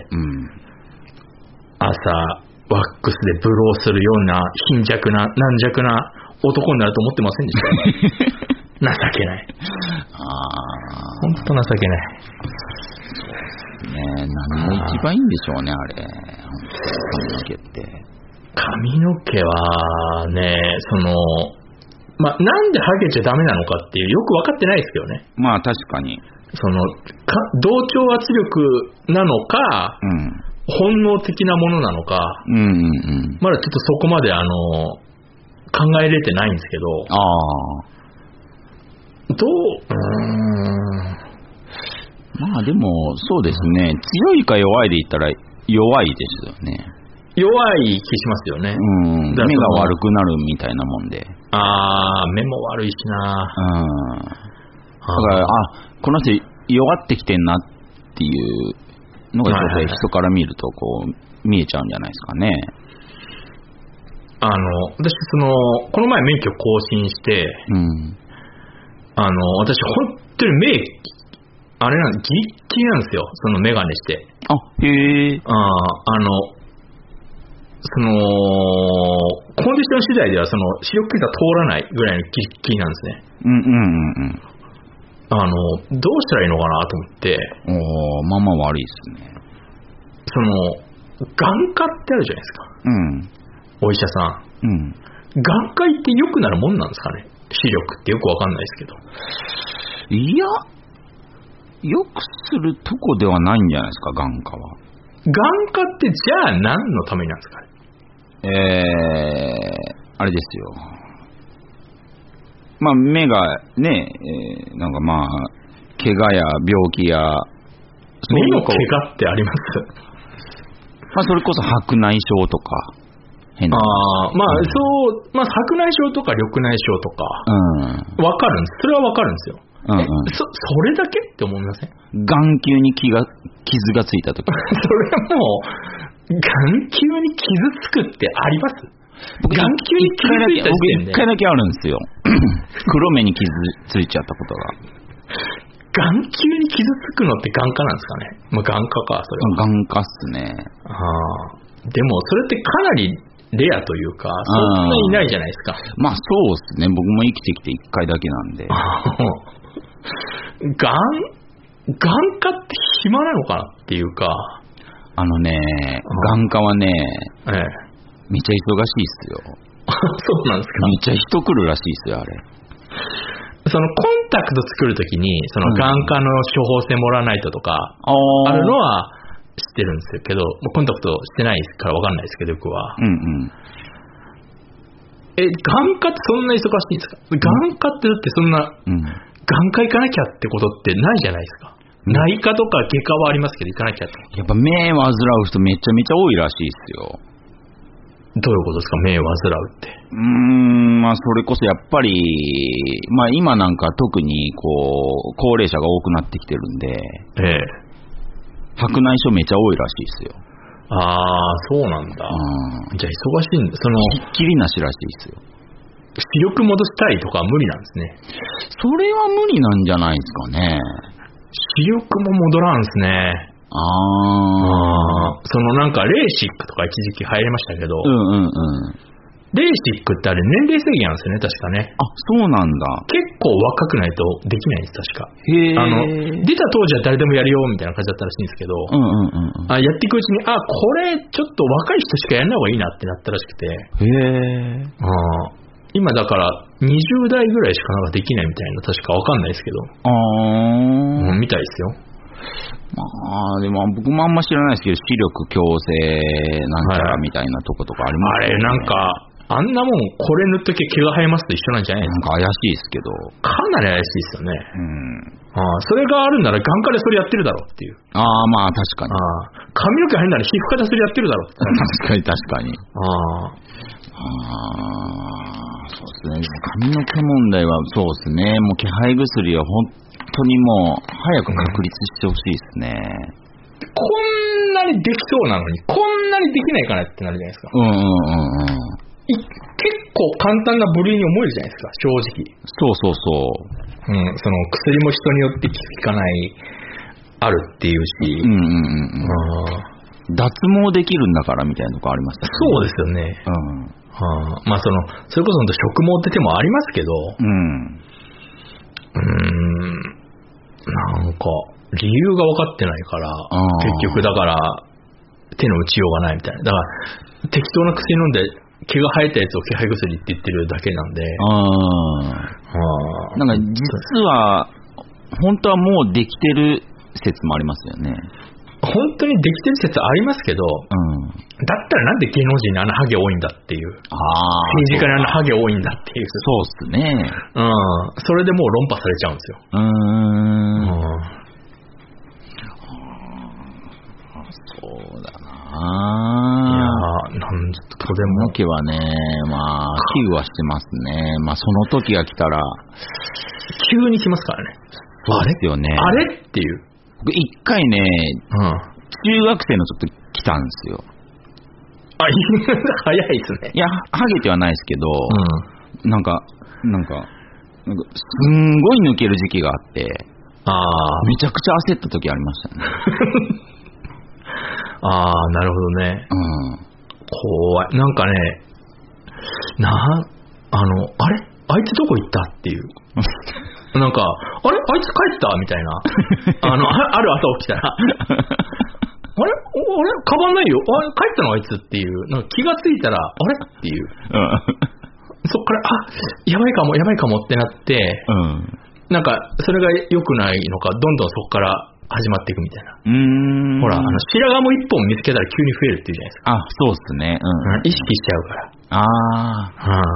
うん、朝ワックスでブローするような貧弱な軟弱な男になると思ってませんでした情けない。あー、ほんと情けない。 そうね、何が一番いいんでしょうね、あれ。髪の毛って。 髪の毛はね、そのまあ、なんでハゲちゃダメなのかっていうよく分かってないですけどね。 まあ確かに。 そのか同調圧力なのか、うん、本能的なものなのか、うんうんうん、まだちょっとそこまであの考えれてないんですけど、あどう、うーんまあでもそうですね、強いか弱いで言ったら弱いですよね。 弱い気しますよね。 うん、目が悪くなるみたいなもんで。 ああ、目も悪いしな。 うん。だから、あ、この人弱ってきてんなっていうのがちょっと人から見るとこう見えちゃうんじゃないですかね。 あの、私そのこの前免許更新して、うん、あの私本当に目あれなんギリギリなんですよ。その眼鏡して。 あ、へえ。 ああの。そのコンディション次第ではその視力検査通らないぐらいのギリギリなんですね。うんうんうんうん。あのどうしたらいいのかなと思って。 おお、まあまあ悪いですね。 その眼科ってあるじゃないですか。うん。お医者さん。うん。眼科行って良くなるもんなんですかね。視力ってよくわかんないですけど。 いや、よくするとこではないんじゃないですか、眼科は。 眼科ってじゃあ何のためになんですかね。 えー、あれですよ。まあ目がね、えー、なんかまあ怪我や病気や目の怪我ってあります？ まあそれこそ白内障とか変な。ああ、まあ、うん、そう、まあ白内障とか緑内障とか、うん、わかるんです。それはわかるんですよ。うんうん、そ, それだけって思いません？ 眼球に気が傷がついたときそれも眼球に傷つくってあります？僕眼球に傷ついた時点で僕一回だけあるんですよ黒目に傷ついちゃったことが。 眼球に傷つくのって眼科なんですかね。まあ、眼科かそれは。 眼科っすね。 ああ、でもそれってかなりレアというかそんなにいないじゃないですか。 まあそうですね。僕も生きてきて一回だけなんで眼眼科って暇なのかなっていうか、 あのね、眼科はね、ええ、めっちゃ忙しいっすよ。 そうなんですか。 めっちゃ人来るらしいっすよあれ。 そのコンタクト作るときにその眼科の処方箋もらわないととかあるのは知ってるんですけど、コンタクトしてないから分かんないですけど僕は。うんうん。え、眼科ってそんな忙しいんですか？眼科ってだってそんな、うん、眼科行かなきゃってことってないじゃないですか。内科とか外科はありますけど行かなきゃって。 やっぱ目患う人めちゃめちゃ多いらしいですよ。 どういうことですか、目患うって。 うーん、まあそれこそやっぱり、まあ今なんか特にこう高齢者が多くなってきてるんで、ええ、白内障めちゃ多いらしいですよ。 ああ、そうなんだ。うん、じゃあ忙しいんだ。そのひっきりなしらしいですよ。 視力戻したいとかは無理なんですね。 それは無理なんじゃないですかね。 視力も戻らんですね。ああ、そのなんかレーシックとか一時期入りましたけど、うんうんうん、レーシックってあれ年齢制限なんですよね、確かね。 あ、そうなんだ。 結構若くないとできないんです、確か。へあの出た当時は誰でもやるよみたいな感じだったらしいんですけど、うんうんうん、あやっていくうちにあこれちょっと若い人しかやんない方がいいなってなったらしくて、へえ。あ今だからにじゅう代ぐらいしかなんかできないみたいな、確かわかんないですけど、あー、うん、みたいですよ。 まあでも僕もあんま知らないですけど視力矯正なんちゃらみたいなとことかありますよね。あれなんかあんなもんこれ塗っとけ毛が生えますと一緒なんじゃないですか。 なんか怪しいですけど、 かなり怪しいですよね。うん。ああ、それがあるなら眼科でそれやってるだろうっていう。 ああ、まあ確かに。 ああ、髪の毛入んなら皮膚科でそれやってるだろう確かに確かに。ああ、ああ、そうですね。でも髪の毛問題はそうですね。もう気配薬は本当にもう早く確立してほしいですね。 こんなにできそうなのにこんなにできないかなってなるじゃないですか。うんうんうんうん。結構簡単な部類に思えるじゃないですか、正直。 そうそうそう。 うん、その薬も人によって効かないあるっていうし、うんうんうん、 うん、脱毛できるんだからみたいなとこありますよね。 そうですよね。うん。はあ、まあそのそれこそ本当植毛って手もありますけど、うん。うーん、なんか理由が分かってないから、結局だから手の打ちようがないみたいな。だから適当な薬飲んで毛が生えたやつを気配薬って言ってるだけなんで。 ああ。なんか実は、本当はもうできてる説もありますよね。 本当にできてる説ありますけど、うん、だったらなんで芸能人にあのハゲ多いんだっていう。ああ。政治家にあのハゲ多いんだっていう。 そうっすね。 うん。それでもう論破されちゃうんですよ。うーん。うんそうだな。 いやー、なんとでも。毛はね、まあ、危惧はしてますね。まあ、その時が来たら。 急に来ますからね。 そうですよね。 あれっていう。 僕、一回ね、うん、中学生の時来たんですよ。 あ、早いですね。 いや、ハゲてはないですけど、うん、なんか、なんか、なんかすんごい抜ける時期があって、あめちゃくちゃ焦った時ありましたね。 ああ、なるほどね。うん。怖い。なんかね、な、あの、あれあいつどこ行ったっていう。なんか、あれあいつ帰ったみたいな。あの、ある朝起きたら。あれあれカバンないよ。あれ帰ったのあいつっていう。なんか気がついたら、あれっていう。うん、そっから、あ、やばいかも、やばいかもってなって、うん、なんか、それが良くないのか、どんどんそこから始まっていくみたいな。うーんほら、あの、白髪も一本見つけたら急に増えるっていうじゃないですか。 あ、そうっすね。うん、 意識しちゃうから。ああ。うん。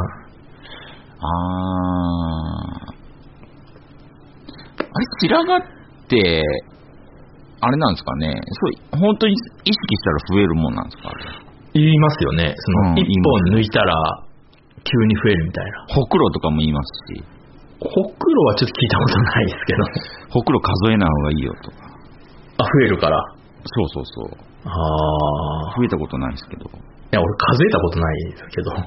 ああ。あれ、白髪って、あれなんですかね。そう、本当に意識したら増えるもんなんですか？ 言いますよね。その、一、うん、本抜いたら急に増えるみたいな。 ほくろとかも言いますし。 ほくろはちょっと聞いたことないですけど。 ほくろ数えない方がいいよとか。 あ、増えるから。 そうそうそう。ああ。増えたことないですけど。いや、俺数えたことないですけど。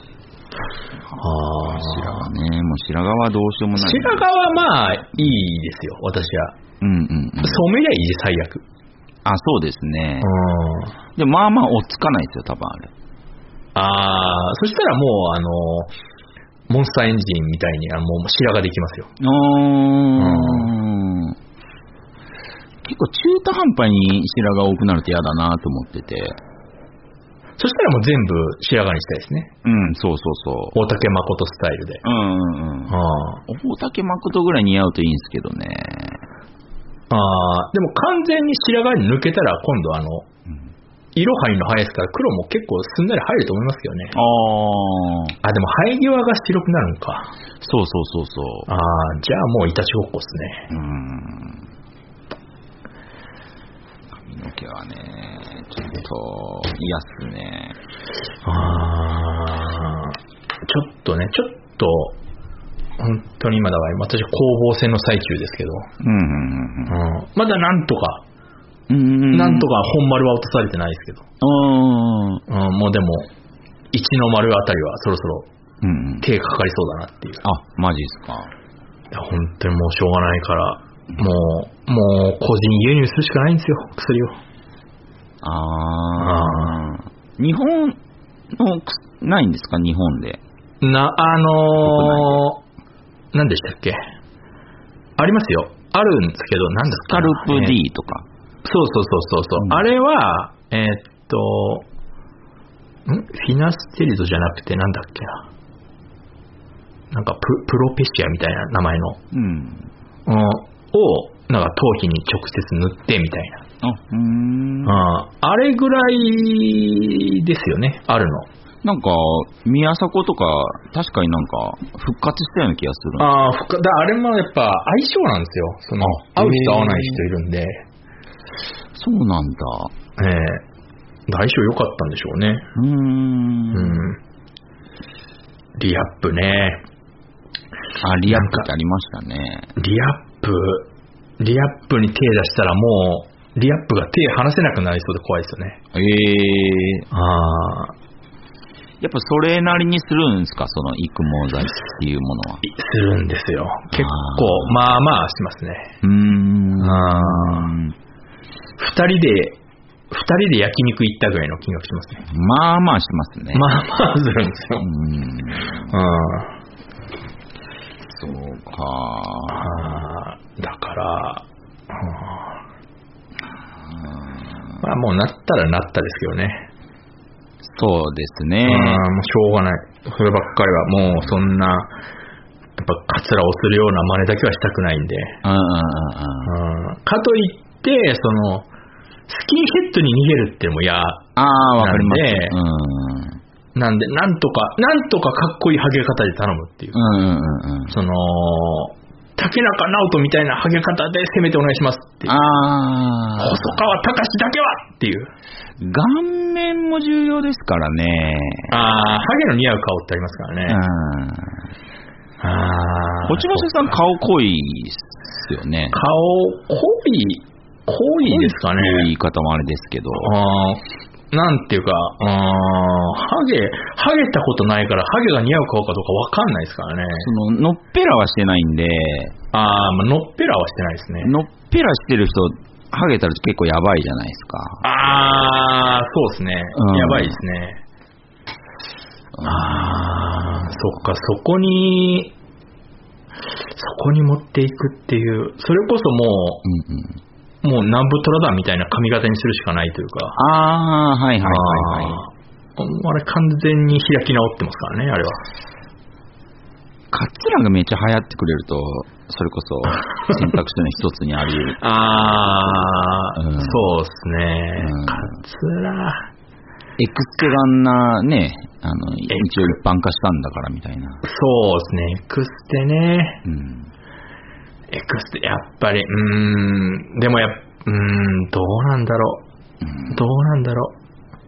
ああ。白髪ね。もう白髪はどうしようもない。 白髪はまあ、いいですよ、私は。うんうん、うん。染めりゃいいで、最悪。 あ、そうですね。でもまあまあ、落ち着かないですよ、多分あれ。 ああ、そしたらもう、あの、モンスターエンジンみたいに、あのもう白髪できますよ。うん。結構中途半端に白髪多くなると嫌だなと思ってて。そしたらもう全部白髪にしたいですね。 うん、そうそうそう。 大竹誠スタイルで。うんうんうん。大竹誠ぐらい似合うといいんですけどね。 ああ、でも完全に白髪に抜けたら今度あの、うん、色入るの早いですから黒も結構すんなり入ると思いますけどね。ああ。あ、でも生え際が白くなるのか。 そうそうそうそう。 ああ、じゃあもういたちごっこっすね。うん。 髪の毛はね、ちょっと嫌っすね。 ああ、ちょっとね、ちょっと、本当に今だから私攻防戦の最中ですけど、うんうんうんうん、まだなんとか、うんなんとか本丸は落とされてないですけど、うんうん、もうでも一の丸あたりはそろそろ手かかりそうだなっていう。 あ、マジですか。 いや本当にもうしょうがないから、もうもう個人輸入するしかないんですよ、薬を。 ああ。日本のないんですか、日本で。 なあのー。何でしたっけありますよ。あるんですけど、何ですか、 スカルプ D とか。 そうそうそうそうそう、うん。あれは、えー、っと、んフィナステリドじゃなくて、なんだっけな。なんかプ、プロペシアみたいな名前の。うん。を、なんか頭皮に直接塗ってみたいな。あ、うーん。あ、あれぐらいですよね、あるの。 なんか、宮迫とか、確かになんか、復活したような気がする。 ああ、復活、だあれもやっぱ相性なんですよ。その、合う人合わない人いるんで。 そうなんだ。 ええー、相性良かったんでしょうね。うーん。うん。リアップね。 あ、リアップってありましたね。 リアップ、リアップに手出したらもう、リアップが手離せなくなりそうで怖いですよね。ええー。ああ。 やっぱそれなりにするんですか、その育毛剤っていうものは。 するんですよ。結構、まあまあしますね。うーん。あ二人で、二人で焼肉行ったぐらいの金額しますね。 まあまあしますね。 まあまあするんですよ。うーん。 そうか。 あだから、まあもうなったらなったですけどね。 そうですね。 うん、もうしょうがない。そればっかりはもうそんな、やっぱカツラをするような真似だけはしたくないんで。 うんうんうんうん、 かといって、その、スキンヘッドに逃げるっていうのも嫌なんで、うん、なんで、なんとか、なんとかかっこいいハゲ方で頼むっていう。 うんうんうんうん、 その、竹中直人みたいなハゲ方で攻めてお願いしますっていう。 あ細川たかしだけはっていう。 顔面も重要ですからね。 ああ、ハゲの似合う顔ってありますからね。 ああ。落ち葉さん顔濃いですよね。 顔濃い、濃いですかね。 言い方もあれですけど。 あなんていうか、あハゲ、ハゲたことないから、ハゲが似合う顔かどうかわかんないですからね。 その、のっぺらはしてないんで。 ああ、まあ、のっぺらはしてないですね。 のっぺらしてる人、ハゲたら結構やばいじゃないですか。 ああ、そうですね。うん、やばいですね。ああ、そっか、そこに、そこに持っていくっていう、それこそもう、うんうんもう南部トラダンみたいな髪型にするしかないというか。 ああ、はいはいはいはい。 あ, あれ完全に開き直ってますからね、あれは。 カツラがめっちゃ流行ってくれると、それこそ選択肢の一つにあり得る。 ああ、うん、そうですね、うん。カツラ。 エクステランなね、あの、一応一般化したんだからみたいな。 そうですね、エクステね。 うんエクステ、やっぱり、うーん、でもやっ、うーん、どうなんだろう。うん、どうなんだろう。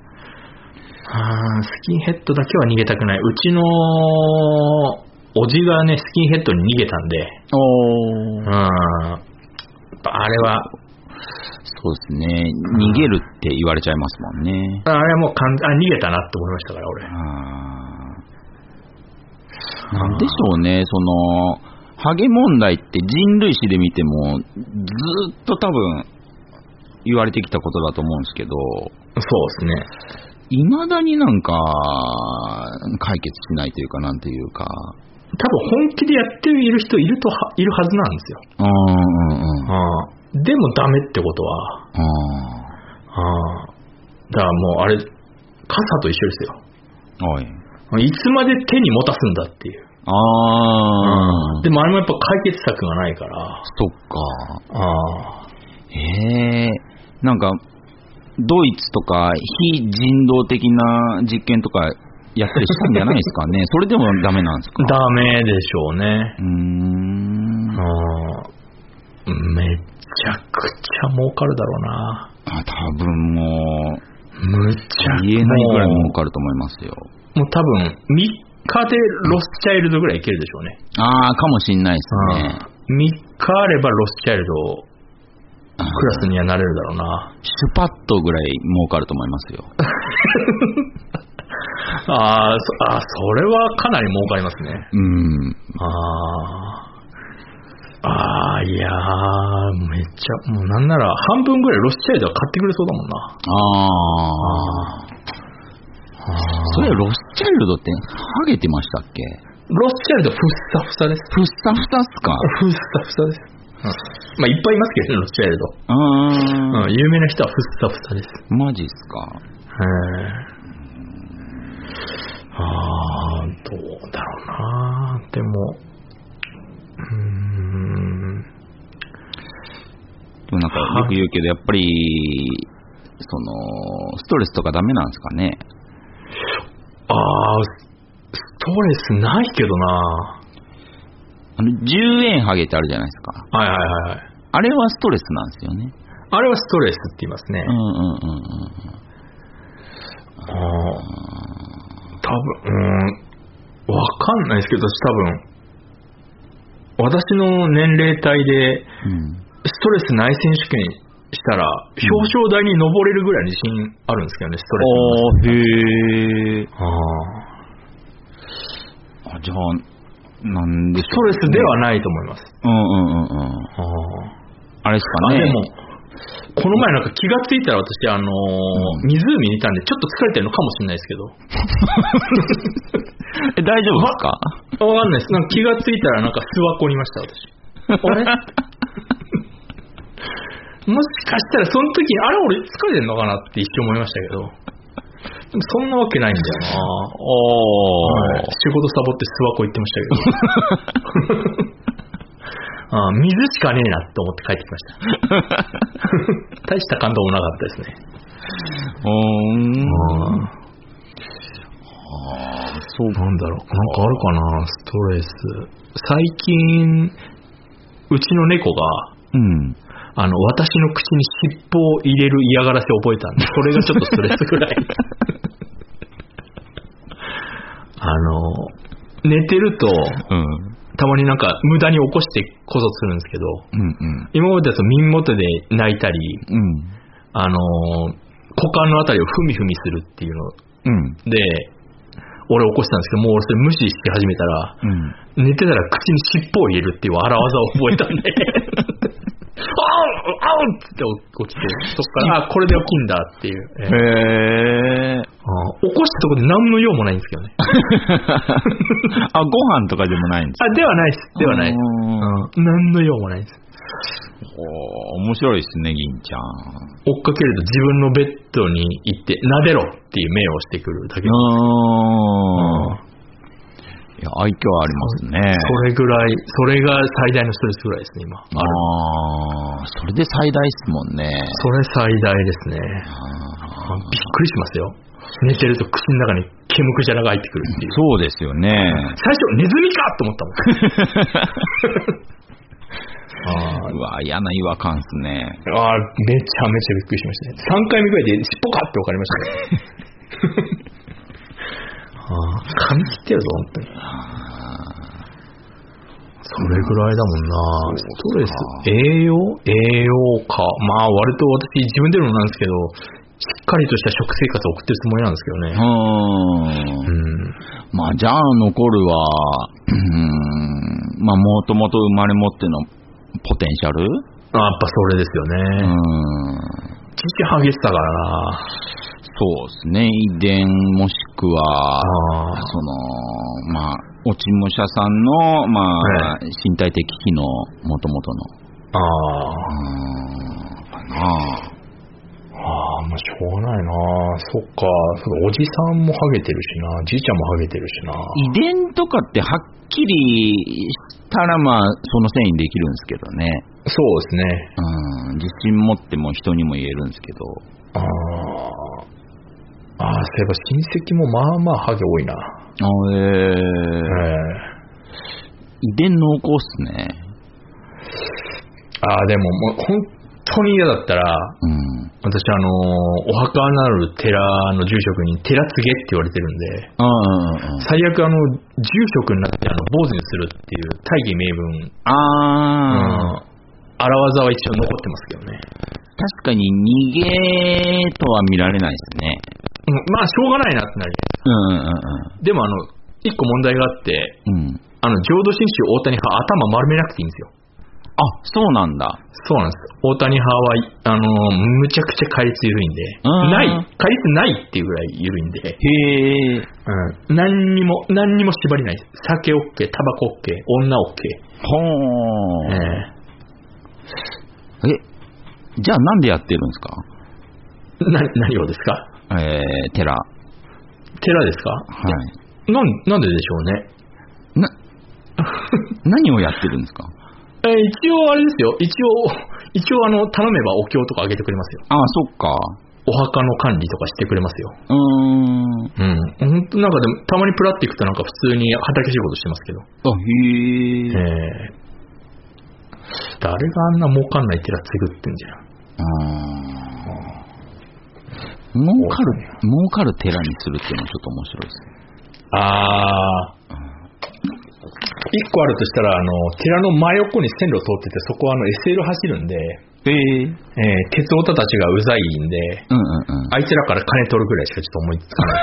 あスキンヘッドだけは逃げたくない。うちの、おじがね、スキンヘッドに逃げたんで。 おー。 うん。あれは、 そうですね。逃げるって言われちゃいますもんね。 あれはもう完全、あ、逃げたなって思いましたから、俺。 あなんでしょうね、その、ハゲ問題って人類史で見てもずっと多分言われてきたことだと思うんですけど、 そうですね。 未だになんか解決しないというかなんていうか、 多分本気でやっている人いるとはいるはずなんですよ。 うんうんうん。 あでもダメってことは、ああだからもうあれ傘と一緒ですよ。 はい。 いつまで手に持たすんだっていう。 ああ、 うん、でもあれもやっぱ解決策がないから。 そっか。 あへえ。なんかドイツとか非人道的な実験とかやったりしたんじゃないですかね。それでもダメなんですか。 ダメでしょうね。 うーん。 あめっちゃくちゃ儲かるだろうな。 あ、多分もうむっちゃ言えないぐらい儲かると思いますよ。 もう多分みっかでロスチャイルドぐらいいけるでしょうね。 ああ、かもしんないですね。 みっかあればロスチャイルドクラスにはなれるだろうな。 シュパッとぐらい儲かると思いますよ。 ああ、それはかなり儲かりますね。 うん。 ああ、あいやー、めっちゃ、もうなんなら半分ぐらいロスチャイルドは買ってくれそうだもんな。 ああ。それロスチャイルドってハゲてましたっけ？ ロスチャイルドふっさふさです。 ふっさふさっすか？ ふっさふさです。うん、まあいっぱいいますけどね、ロスチャイルド。 あ、 うん、有名な人はふっさふさです。 マジっすか？ へえ。ああ、どうだろうな。でも、うーん。 でもなんかよく言うけど、やっぱりそのストレスとかダメなんですかね？ ああ、ストレスないけどな。 あのじゅうえんハゲってあるじゃないですか。 はいはいはいはい。 あれはストレスなんですよね。 あれはストレスって言いますね。 うんうんうんうん。 ああ、多分、うん、わかんないですけど、多分、私の年齢帯で、ストレスない選手権したら、表彰台に登れるぐらい自信あるんですけどね、ストレスの。 へえ。 ああ、じゃあ、なんでしょう、ね、 ストレスではないと思います。 うんうんうんうん。ああれですかね。 あ、でも、この前なんか気がついたら私、あのーうん、湖にいたんでちょっと疲れてるのかもしれないですけど。 え、大丈夫ですか？ わかんないです。なんか気がついたらなんか諏訪湖にいました、私。あれもしかしたらその時に、あれ俺疲れてんのかなって一瞬思いましたけど。 でもそんなわけないんだよな。 おー、 はい、仕事サボって諏訪湖行ってましたけど。あ、水しかねえなって思って帰ってきました。大した感動もなかったですね。 うーん。 ああ、そうなんだろう。なんかあるかな、ストレス。最近、うちの猫が、 うん、 あの、私の口に尻尾を入れる嫌がらせを覚えたんで、それがちょっとストレスぐらい。あの、寝てると、うん、たまになんか無駄に起こしてこそするんですけど、うんうん、今までだと耳元で泣いたり、うん、あの、股間のあたりをふみふみするっていうの、うん、で、俺起こしたんですけど、もう俺それ無視し始めたら、うん、寝てたら口に尻尾を入れるっていう荒技を覚えたんで、あうあうって起きて、そっから、あ、これで起きんだっていう。 へー。 あ、起こしたところで何の用もないんですけどね。 あ、ご飯とかでもないんですか？ あ、ではないです。ではないです。うん、何の用もないです。 お、面白いですね、銀ちゃん。 追っかけると自分のベッドに行って撫でろっていう目をしてくるだけです。あ、 いや、愛嬌ありますね。 それぐらい、それが最大のストレスぐらいですね、今。 ああ、それで最大ですもんね。 それ最大ですね。びっくりしますよ。寝てると口の中に毛むくじゃらが入ってくるっていう。 そうですよね。 最初、ネズミかと思ったもん。 あ、うわ、嫌な違和感ですね。 あ、めちゃめちゃびっくりしましたね。さんかいめぐらいで尻尾かって分かりましたね。あ、髪切ってるぞ、本当に。それぐらいだもんな。ストレス、栄養栄養か。まあ、割と私自分でもなんですけど、しっかりとした食生活を送ってるつもりなんですけどね。 うーん。うん、まあ、じゃあ残るは、うーん、まあ、もともと生まれ持ってのポテンシャル？ あ、やっぱそれですよね。うん。父激しさからな。 そうですね。遺伝もしくは、その、まあ、落ち武者さんの、まあ、はい、身体的機能、もともとの。ああ。かなあ。 ああ、まあ、しょうがないな。そっか。おじさんもハゲてるしな。じいちゃんもハゲてるしな。 遺伝とかってはっきりしたら、まあ、そのせいにできるんですけどね。 そうですね。 うん。自信持っても人にも言えるんですけど。ああ。ああ、そういえば親戚もまあまあハゲ多いな。あえー、えー。遺伝濃厚っすね。 ああ、でももう本当に嫌だったら、うん、私あのお墓のある寺の住職に寺告げって言われてるんで、あ、最悪あの住職になってあの坊主にするっていう大義名分、ああ、荒技は一応残ってますけどね。 確かに逃げとは見られないですね。 うん、まあしょうがないなってなる。うんうんうんうん。でもあの一個問題があって、うん、あの浄土真宗大谷派頭丸めなくていいんですよ。 あ、そうなんだ。 そうなんです。大谷派はあのむちゃくちゃ戒律緩いんで、ない戒律ないっていうぐらい緩いんで。へえ。うん。何にも何にも縛りないです。酒 OK、タバコ OK、女 OK。ほー。 えー、え。じゃあなんでやってるんですか？ な何をですか？ えー、寺。 寺ですか？はい。なん、なんででしょうね。 な、何をやってるんですか？ えー、一応あれですよ。一応、一応あの、頼めばお経とかあげてくれますよ。 ああ、そっか。 お墓の管理とかしてくれますよ。うーん。うん。本当なんかでも、たまにプラっていくとなんか普通に畑仕事してますけど。あ、へえ。えー誰があんな儲かんない寺継ぐってんじゃん。あ儲かる、儲かる寺にするっていうのはちょっと面白いですね。 あー。一個あるとしたら、あの、寺の真横に線路通ってて、そこはあの エスエル 走るんで、えー、えー、鉄オタたちがうざいんで、うんうんうん、あいつらから金取るぐらいしかちょっと思いつかない。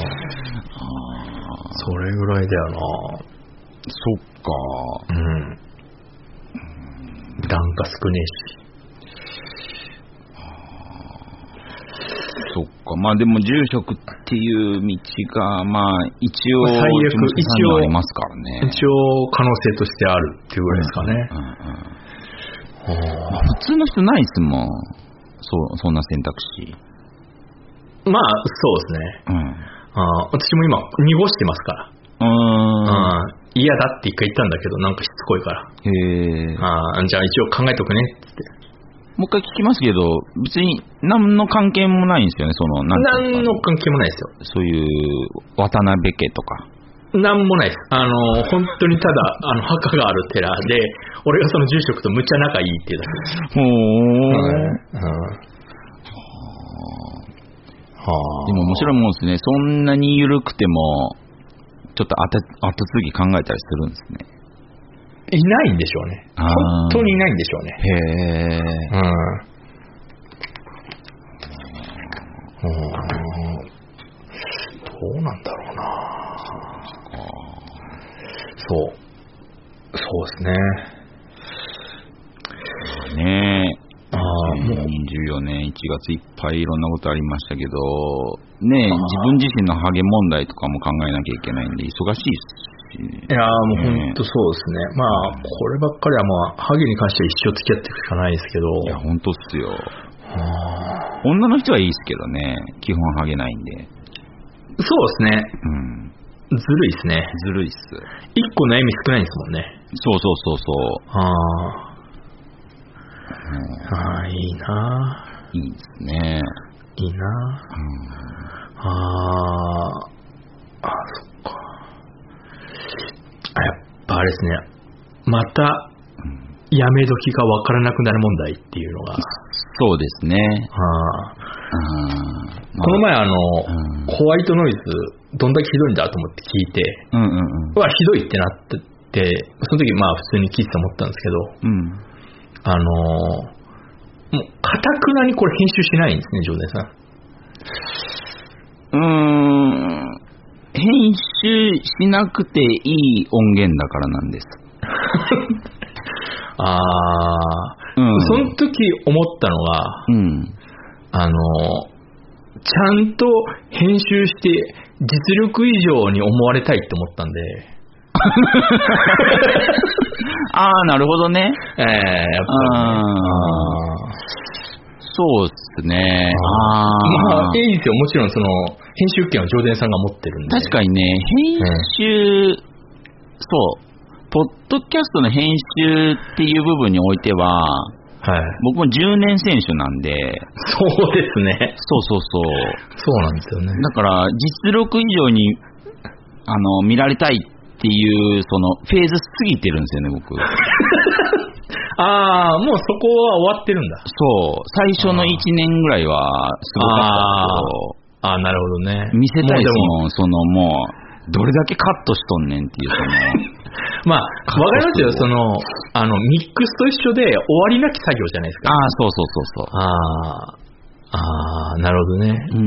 あそれぐらいだよな。 そっか。うん。 檀家少ねえし。 そっか。まあでも住職っていう道がまあ一応最悪一応ありますからね。 一応可能性としてあるっていうぐらいですかね。うんうんうん、 普通の人ないですもん。 そ, そんな選択肢。 まあそうですね、うん、あ私も今濁してますから。うーん、あ嫌だって一回言ったんだけどなんかしつこいから。へえ。あじゃあ一応考えとくねってってもう一回聞きますけど別に何の関係もないんですよね。その何の関係もないですよ。 そういう渡辺家とかなんもないです。あの本当にただあの墓がある寺で俺がその住職とむっちゃ仲いいっていうだけです。ほー、うんでも面白いもんですね。そんなに緩くてもちょっと後継ぎ考えたりするんですね。 いないんでしょうね。本当にいないんでしょうね。へー、うん、うんどうなんだろうな。そうそうですね。ねえ。にせんにじゅうよねんいちがついっぱいいろんなことありましたけどね、自分自身のハゲ問題とかも考えなきゃいけないんで忙しいですし、ね、いやもう本当そうですね。まあこればっかりはまあハゲに関しては一生付き合っていくしかないですけど。いや本当っすよ。女の人はいいですけどね、基本ハゲないんで。そうですね、うん、ずるいですね。ずるいっす。一個悩み少ないんですもんね。そうそうそうそう。ああああいいないいですね。いいな、うん、あああそっか。あやっぱあれですね、またやめ時が分からなくなる問題っていうのが。そうですね。ああこの前あの、うん、ホワイトノイズどんだけひどいんだと思って聞いて、うんうんうん、わひどいってなってて、その時まあ普通に聞いてて思ったんですけど、うん、あのーもうかたくなにこれ編集しないんですね、ジョーデンさん。うーん、編集しなくていい音源だからなんです。ああ、うん、その時思ったのが、うん、あのちゃんと編集して実力以上に思われたいって思ったんで。ああ、なるほどね。ええー、やっぱり、ね。そうですね。あまあ、いいですよ。もちろん、その、編集権はジョーデンさんが持ってるんで。確かにね、編集、うん、そう、ポッドキャストの編集っていう部分においては、はい、僕もじゅうねん選手なんで。そうですね。そうそうそう。そうなんですよね。だから、実力以上に、あの、見られたいっていう、その、フェーズ過ぎてるんですよね、僕。ああ、もうそこは終わってるんだ。そう。最初のいちねんぐらいはすごかったけど。ああ、なるほどね。見せたいですもん、そのもう、どれだけカットしとんねんっていう、その。まあ、わかりますよ、その、あの、ミックスと一緒で終わりなき作業じゃないですか。ああ、そうそうそうそう。ああ、ああ、なるほどね。うん。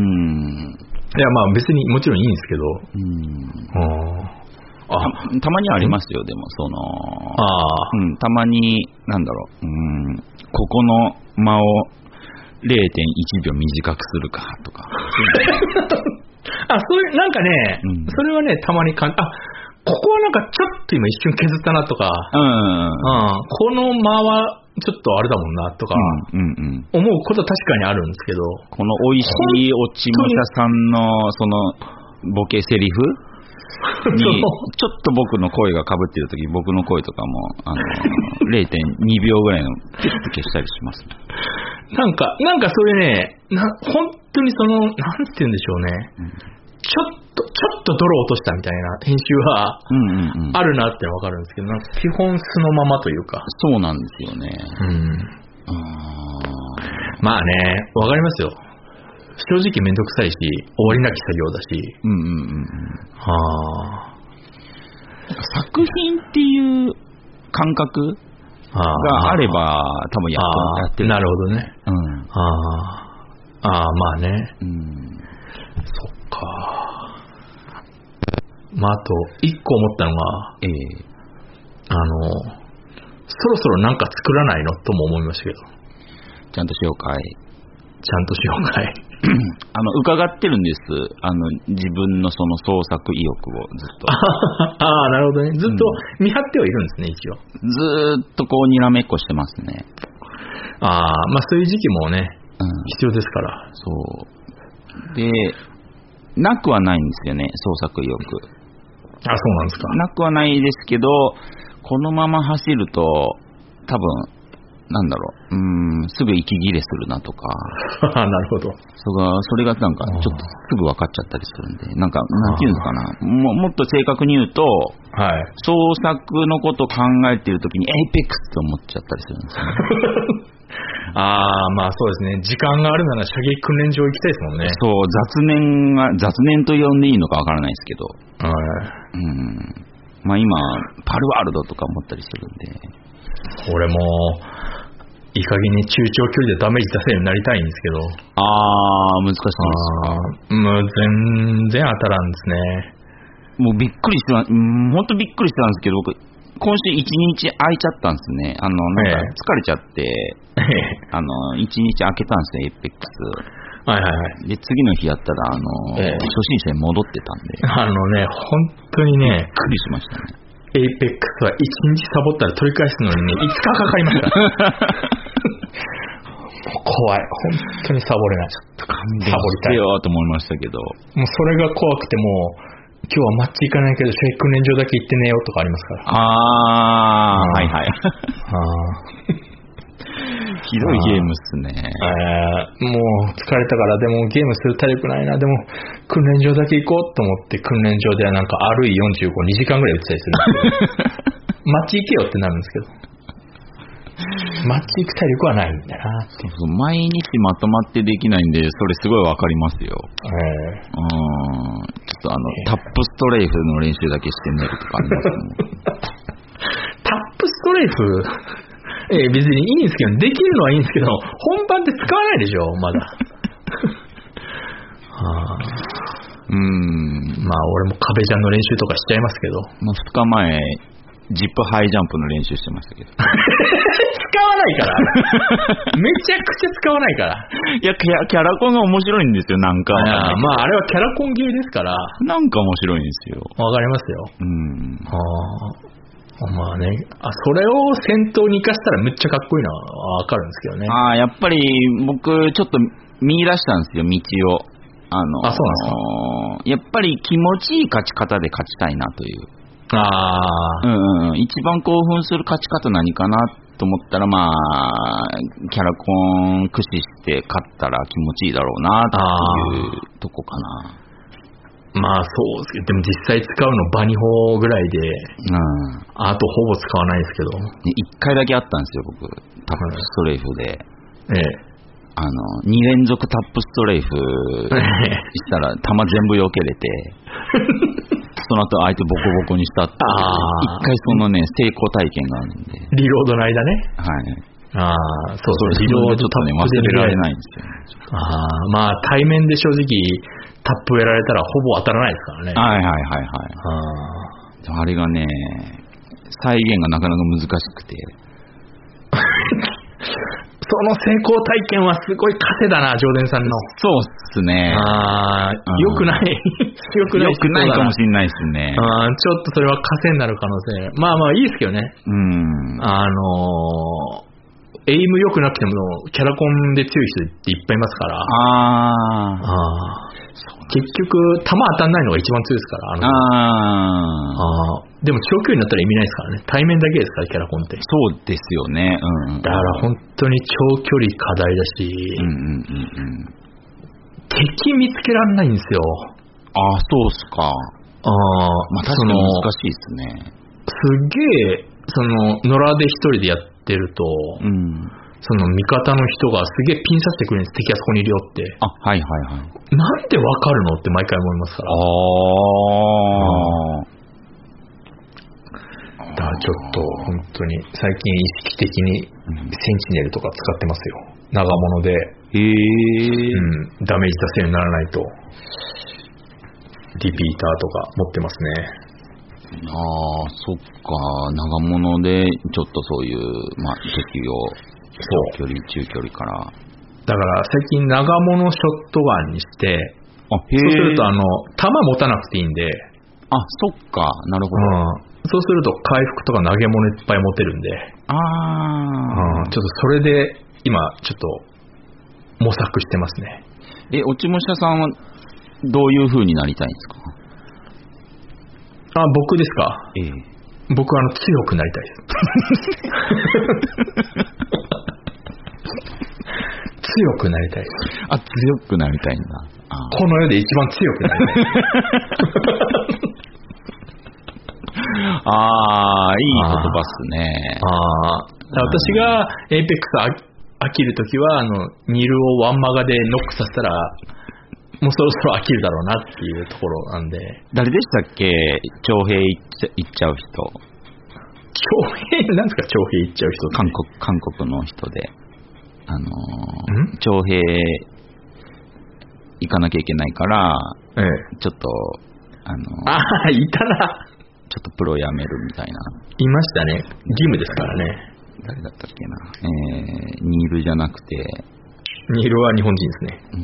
いや、まあ別にもちろんいいんですけど。うん。ああた, たまにはありますよ、でもそのあ、うん、たまになんだろう、うん、ここの間を れいてんいちびょう短くするかとかあそういうなんかね、うん、それはねたまにかんあここはなんかちょっと今一瞬削ったなとか、うんうんうん、この間はちょっとあれだもんなとか、うんうんうん、思うことは確かにあるんですけど、この美味しい落ち武者さんのそのボケセリフにちょっと僕の声が被っているとき、僕の声とかもあの れいてんにびょうぐらいのピッと消したりします、ね、なんかなんかそれねな本当にそのなんて言うんでしょうね、うん、ちょっとちょっと泥落としたみたいな編集はあるなってわかるんですけど、なんか基本素のままというか。そうなんですよね。うん。あまあねわかりますよ。正直めんどくさいし終わりなき作業だし、うんうんうん、はあ、作品っていう感覚があれば多分やってる。なるほどね。うん、ああまあね。うん、そっか。まああと一個思ったのが、ええ、あのそろそろなんか作らないのとも思いましたけど。ちゃんとしようかい。ちゃんとしようかい。あの伺ってるんです。あの自分のその創作意欲をずっと。ああなるほどね。ずっと見張ってはいるんですね、一応。ずーっとこうにらめっこしてますね。ああまあそういう時期もね、うん、 必要ですから。 そう。で、なくはないんですよね、創作意欲。 あ、そうなんですか。 なくはないですけど、このまま走ると、多分、なんだろう、うーん、すぐ息切れするなとか。 なるほど。 それが、それがなんか、ちょっとすぐ分かっちゃったりするんで、なんか、なんていうんですかな、ももっと正確に言うと、 はい、 創作のことを考えているときに、エイペックスと思っちゃったりするんですよね。 ああ、まあそうですね。時間があるなら射撃訓練場行きたいですもんね。 そう、雑念が、雑念と呼んでいいのかわからないですけど。 はい。 うん。まあ今、パルワールドとか思ったりするんで。 俺も、いい加減に中長距離でダメージ出せるようになりたいんですけど。 あー、難しいですか。 もう全然当たらんですね。 もうびっくりしてた、うん、ほんとびっくりしてたんですけど、僕、今週一日空いちゃったんですね。あの、なんか疲れちゃって、ええ、あの、一日空けたんですよ、エイペックス。 はいはいはい。 で、次の日やったら、あの、ええ、初心者に戻ってたんで。 あのね、本当にね、 びっくりしましたね。 エイペックスは一日サボったら取り返すのにね、いつかかかりました。怖い。本当にサボれない。ちょっと勘弁してよと思いましたけど。 もうそれが怖くてもう、今日はマッチ行かないけど、射撃訓練場だけ行ってねよとかありますから。 あー、はいはい。 あひどいゲームっすね。 えー、もう疲れたから、でもゲームする体力ないな、でも訓練場だけ行こうと思って、訓練場ではなんか アールイーよんじゅうご、にじかんぐらい打ってたりするんですけど、マッチ行けよってなるんですけど。マッチ行く体力はないんだなって。 そうそう、毎日まとまってできないんで、それすごいわかりますよ。 えー、 うん。ちょっとあの、タップストレイフの練習だけして寝るとかありますもん。 タップストレイフええ、別にいいんですけど、できるのはいいんですけど、本番って使わないでしょ、まだ。はあ、うーん、まあ俺も壁ジャンの練習とかしちゃいますけど。 まあふつかまえ、ジップハイジャンプの練習してましたけど。 使わないから。めちゃくちゃ使わないから。 いや、キャキャラコンが面白いんですよ、なんか。 あまああれはキャラコンゲーですから。 なんか面白いんですよ。 わかりますよ。 うん。 はあ。まあね、あ、それを戦闘に生かしたらめっちゃかっこいいのはわかるんですけどね。 ああ、やっぱり僕ちょっと見出したんですよ、道を。あのー、 あ、そうなんですか。 やっぱり気持ちいい勝ち方で勝ちたいなという。 ああ。 うんうん。一番興奮する勝ち方何かなと思ったら、まあ、キャラコン駆使して勝ったら気持ちいいだろうなっていうとこかな。 まあそうですけど、でも実際使うのバニホぐらいで、うん、あとほぼ使わないですけど。 一回だけあったんですよ、僕。タップストレイフで。 ええ。 あの、二連続タップストレイフしたら、弾全部避けれて、その後相手ボコボコにしたっていう、一回そのね、成功体験があるんで。 リロードの間ね。 はい。 ああ、そうですね。リロードちょっとね、忘れられないんですよね。 ああ、まあ対面で正直、タップやられたらほぼ当たらないですからね。 はいはいはいはい。ああ。あれがね、再現がなかなか難しくて。 その成功体験はすごい稼だな、ジョーデンさんの。 そうっすね。 ああ、よくない。よくない。 よくないかもしれないですね。 ああ、ちょっとそれは稼になる可能性。まあまあいいですけどね。 うん。 あのー、エイム良くなくてもキャラコンで強い人っていっぱいいますから。 ああ。ああ。結局、弾当たんないのが一番強いですから。あのああ。でも長距離になったら意味ないですからね。対面だけですから、キャラコンって。 そうですよね。うん、うん。 だから本当に長距離課題だし、 うんうんうんうん、 敵見つけらんないんですよ。 ああ、そうっすか。ああ。 まあ確かに難しいですね。 すげえ、その、野良で一人でやってると、うん、その味方の人がすげえピン刺してくれるんです。敵はそこにいるよって。 あ、はいはいはい。 なんでわかるのって毎回思いますから。 ああ。 だからちょっと本当に最近意識的にセンチネルとか使ってますよ。長物で、 へー、 うん、ダメージ出せるようにならないとリピーターとか持ってますね。 ああ、そっか。長物でちょっとそういう、まあ、敵を長距離中距離から。 だから最近長物ショットガンにして、 あ、へー、 そうするとあの弾持たなくていいんで。 あ、そっか。なるほど。 うん、そうすると回復とか投げ物いっぱい持てるんで、 ああ、 うん、ちょっとそれで今ちょっと模索してますね。 え、落ち武者さんはどういう風になりたいんですか？ あ、僕ですか？ ええ。 僕はあの強くなりたいです。強くなりたいです。 あ、強くなりたいんだ。 あ、この世で一番強くなりたい。 ああ、いい言葉っすね。 ああ、私がエイペックス飽きるときは、あの、ニルをワンマガでノックさせたら、もうそろそろ飽きるだろうなっていうところなんで。 誰でしたっけ？徴兵行っちゃ、行っちゃう人。 徴兵なんですか？徴兵行っちゃう人って。 韓国、韓国の人で。あのー、徴兵行かなきゃいけないから、ええ、ちょっと、あのー、 ああ、いたな。 ちょっとプロ辞めるみたいな。 いましたね。義務ですからね。 誰だったっけな。えー、ニールじゃなくて。 ニールは日本人ですね。うん、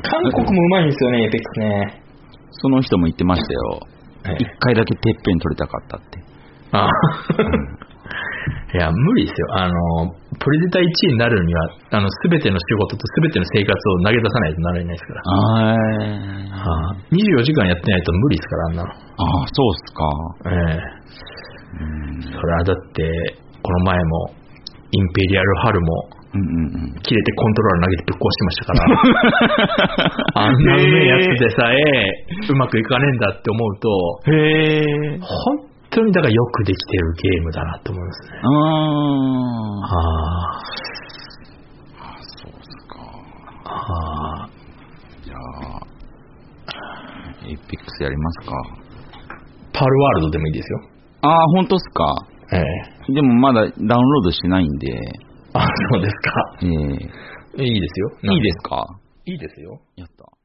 韓国もうまいんですよね、エイペックスね。 その人も言ってましたよ。一、ええ、回だけてっぺん取りたかったって。ああ。 いや、無理ですよ。あの、プレデターいちいになるには、あの、すべての仕事とすべての生活を投げ出さないとなれないですから。ああ。にじゅうよじかんやってないと無理ですから、あんなの。 ああ、そうっすか。 ええ。うん。それはだって、この前も、インペリアルハルも、うんうんうん、切れてコントローラー投げてぶっ壊してましたから。あんなうめえやつでさえ、うまくいかねえんだって思うと、へえ。本当にだからよくできてるゲームだなと思いますね。ああ。 ああ、そうですか。 ああ。 じゃあ、エイペックスやりますか。 パールワールドでもいいですよ。 ああ、本当っすか。ええ。でもまだダウンロードしないんで。 あ、そうですか。 ええ。 いいですよ。 いいですか。 いいですよ。 やった。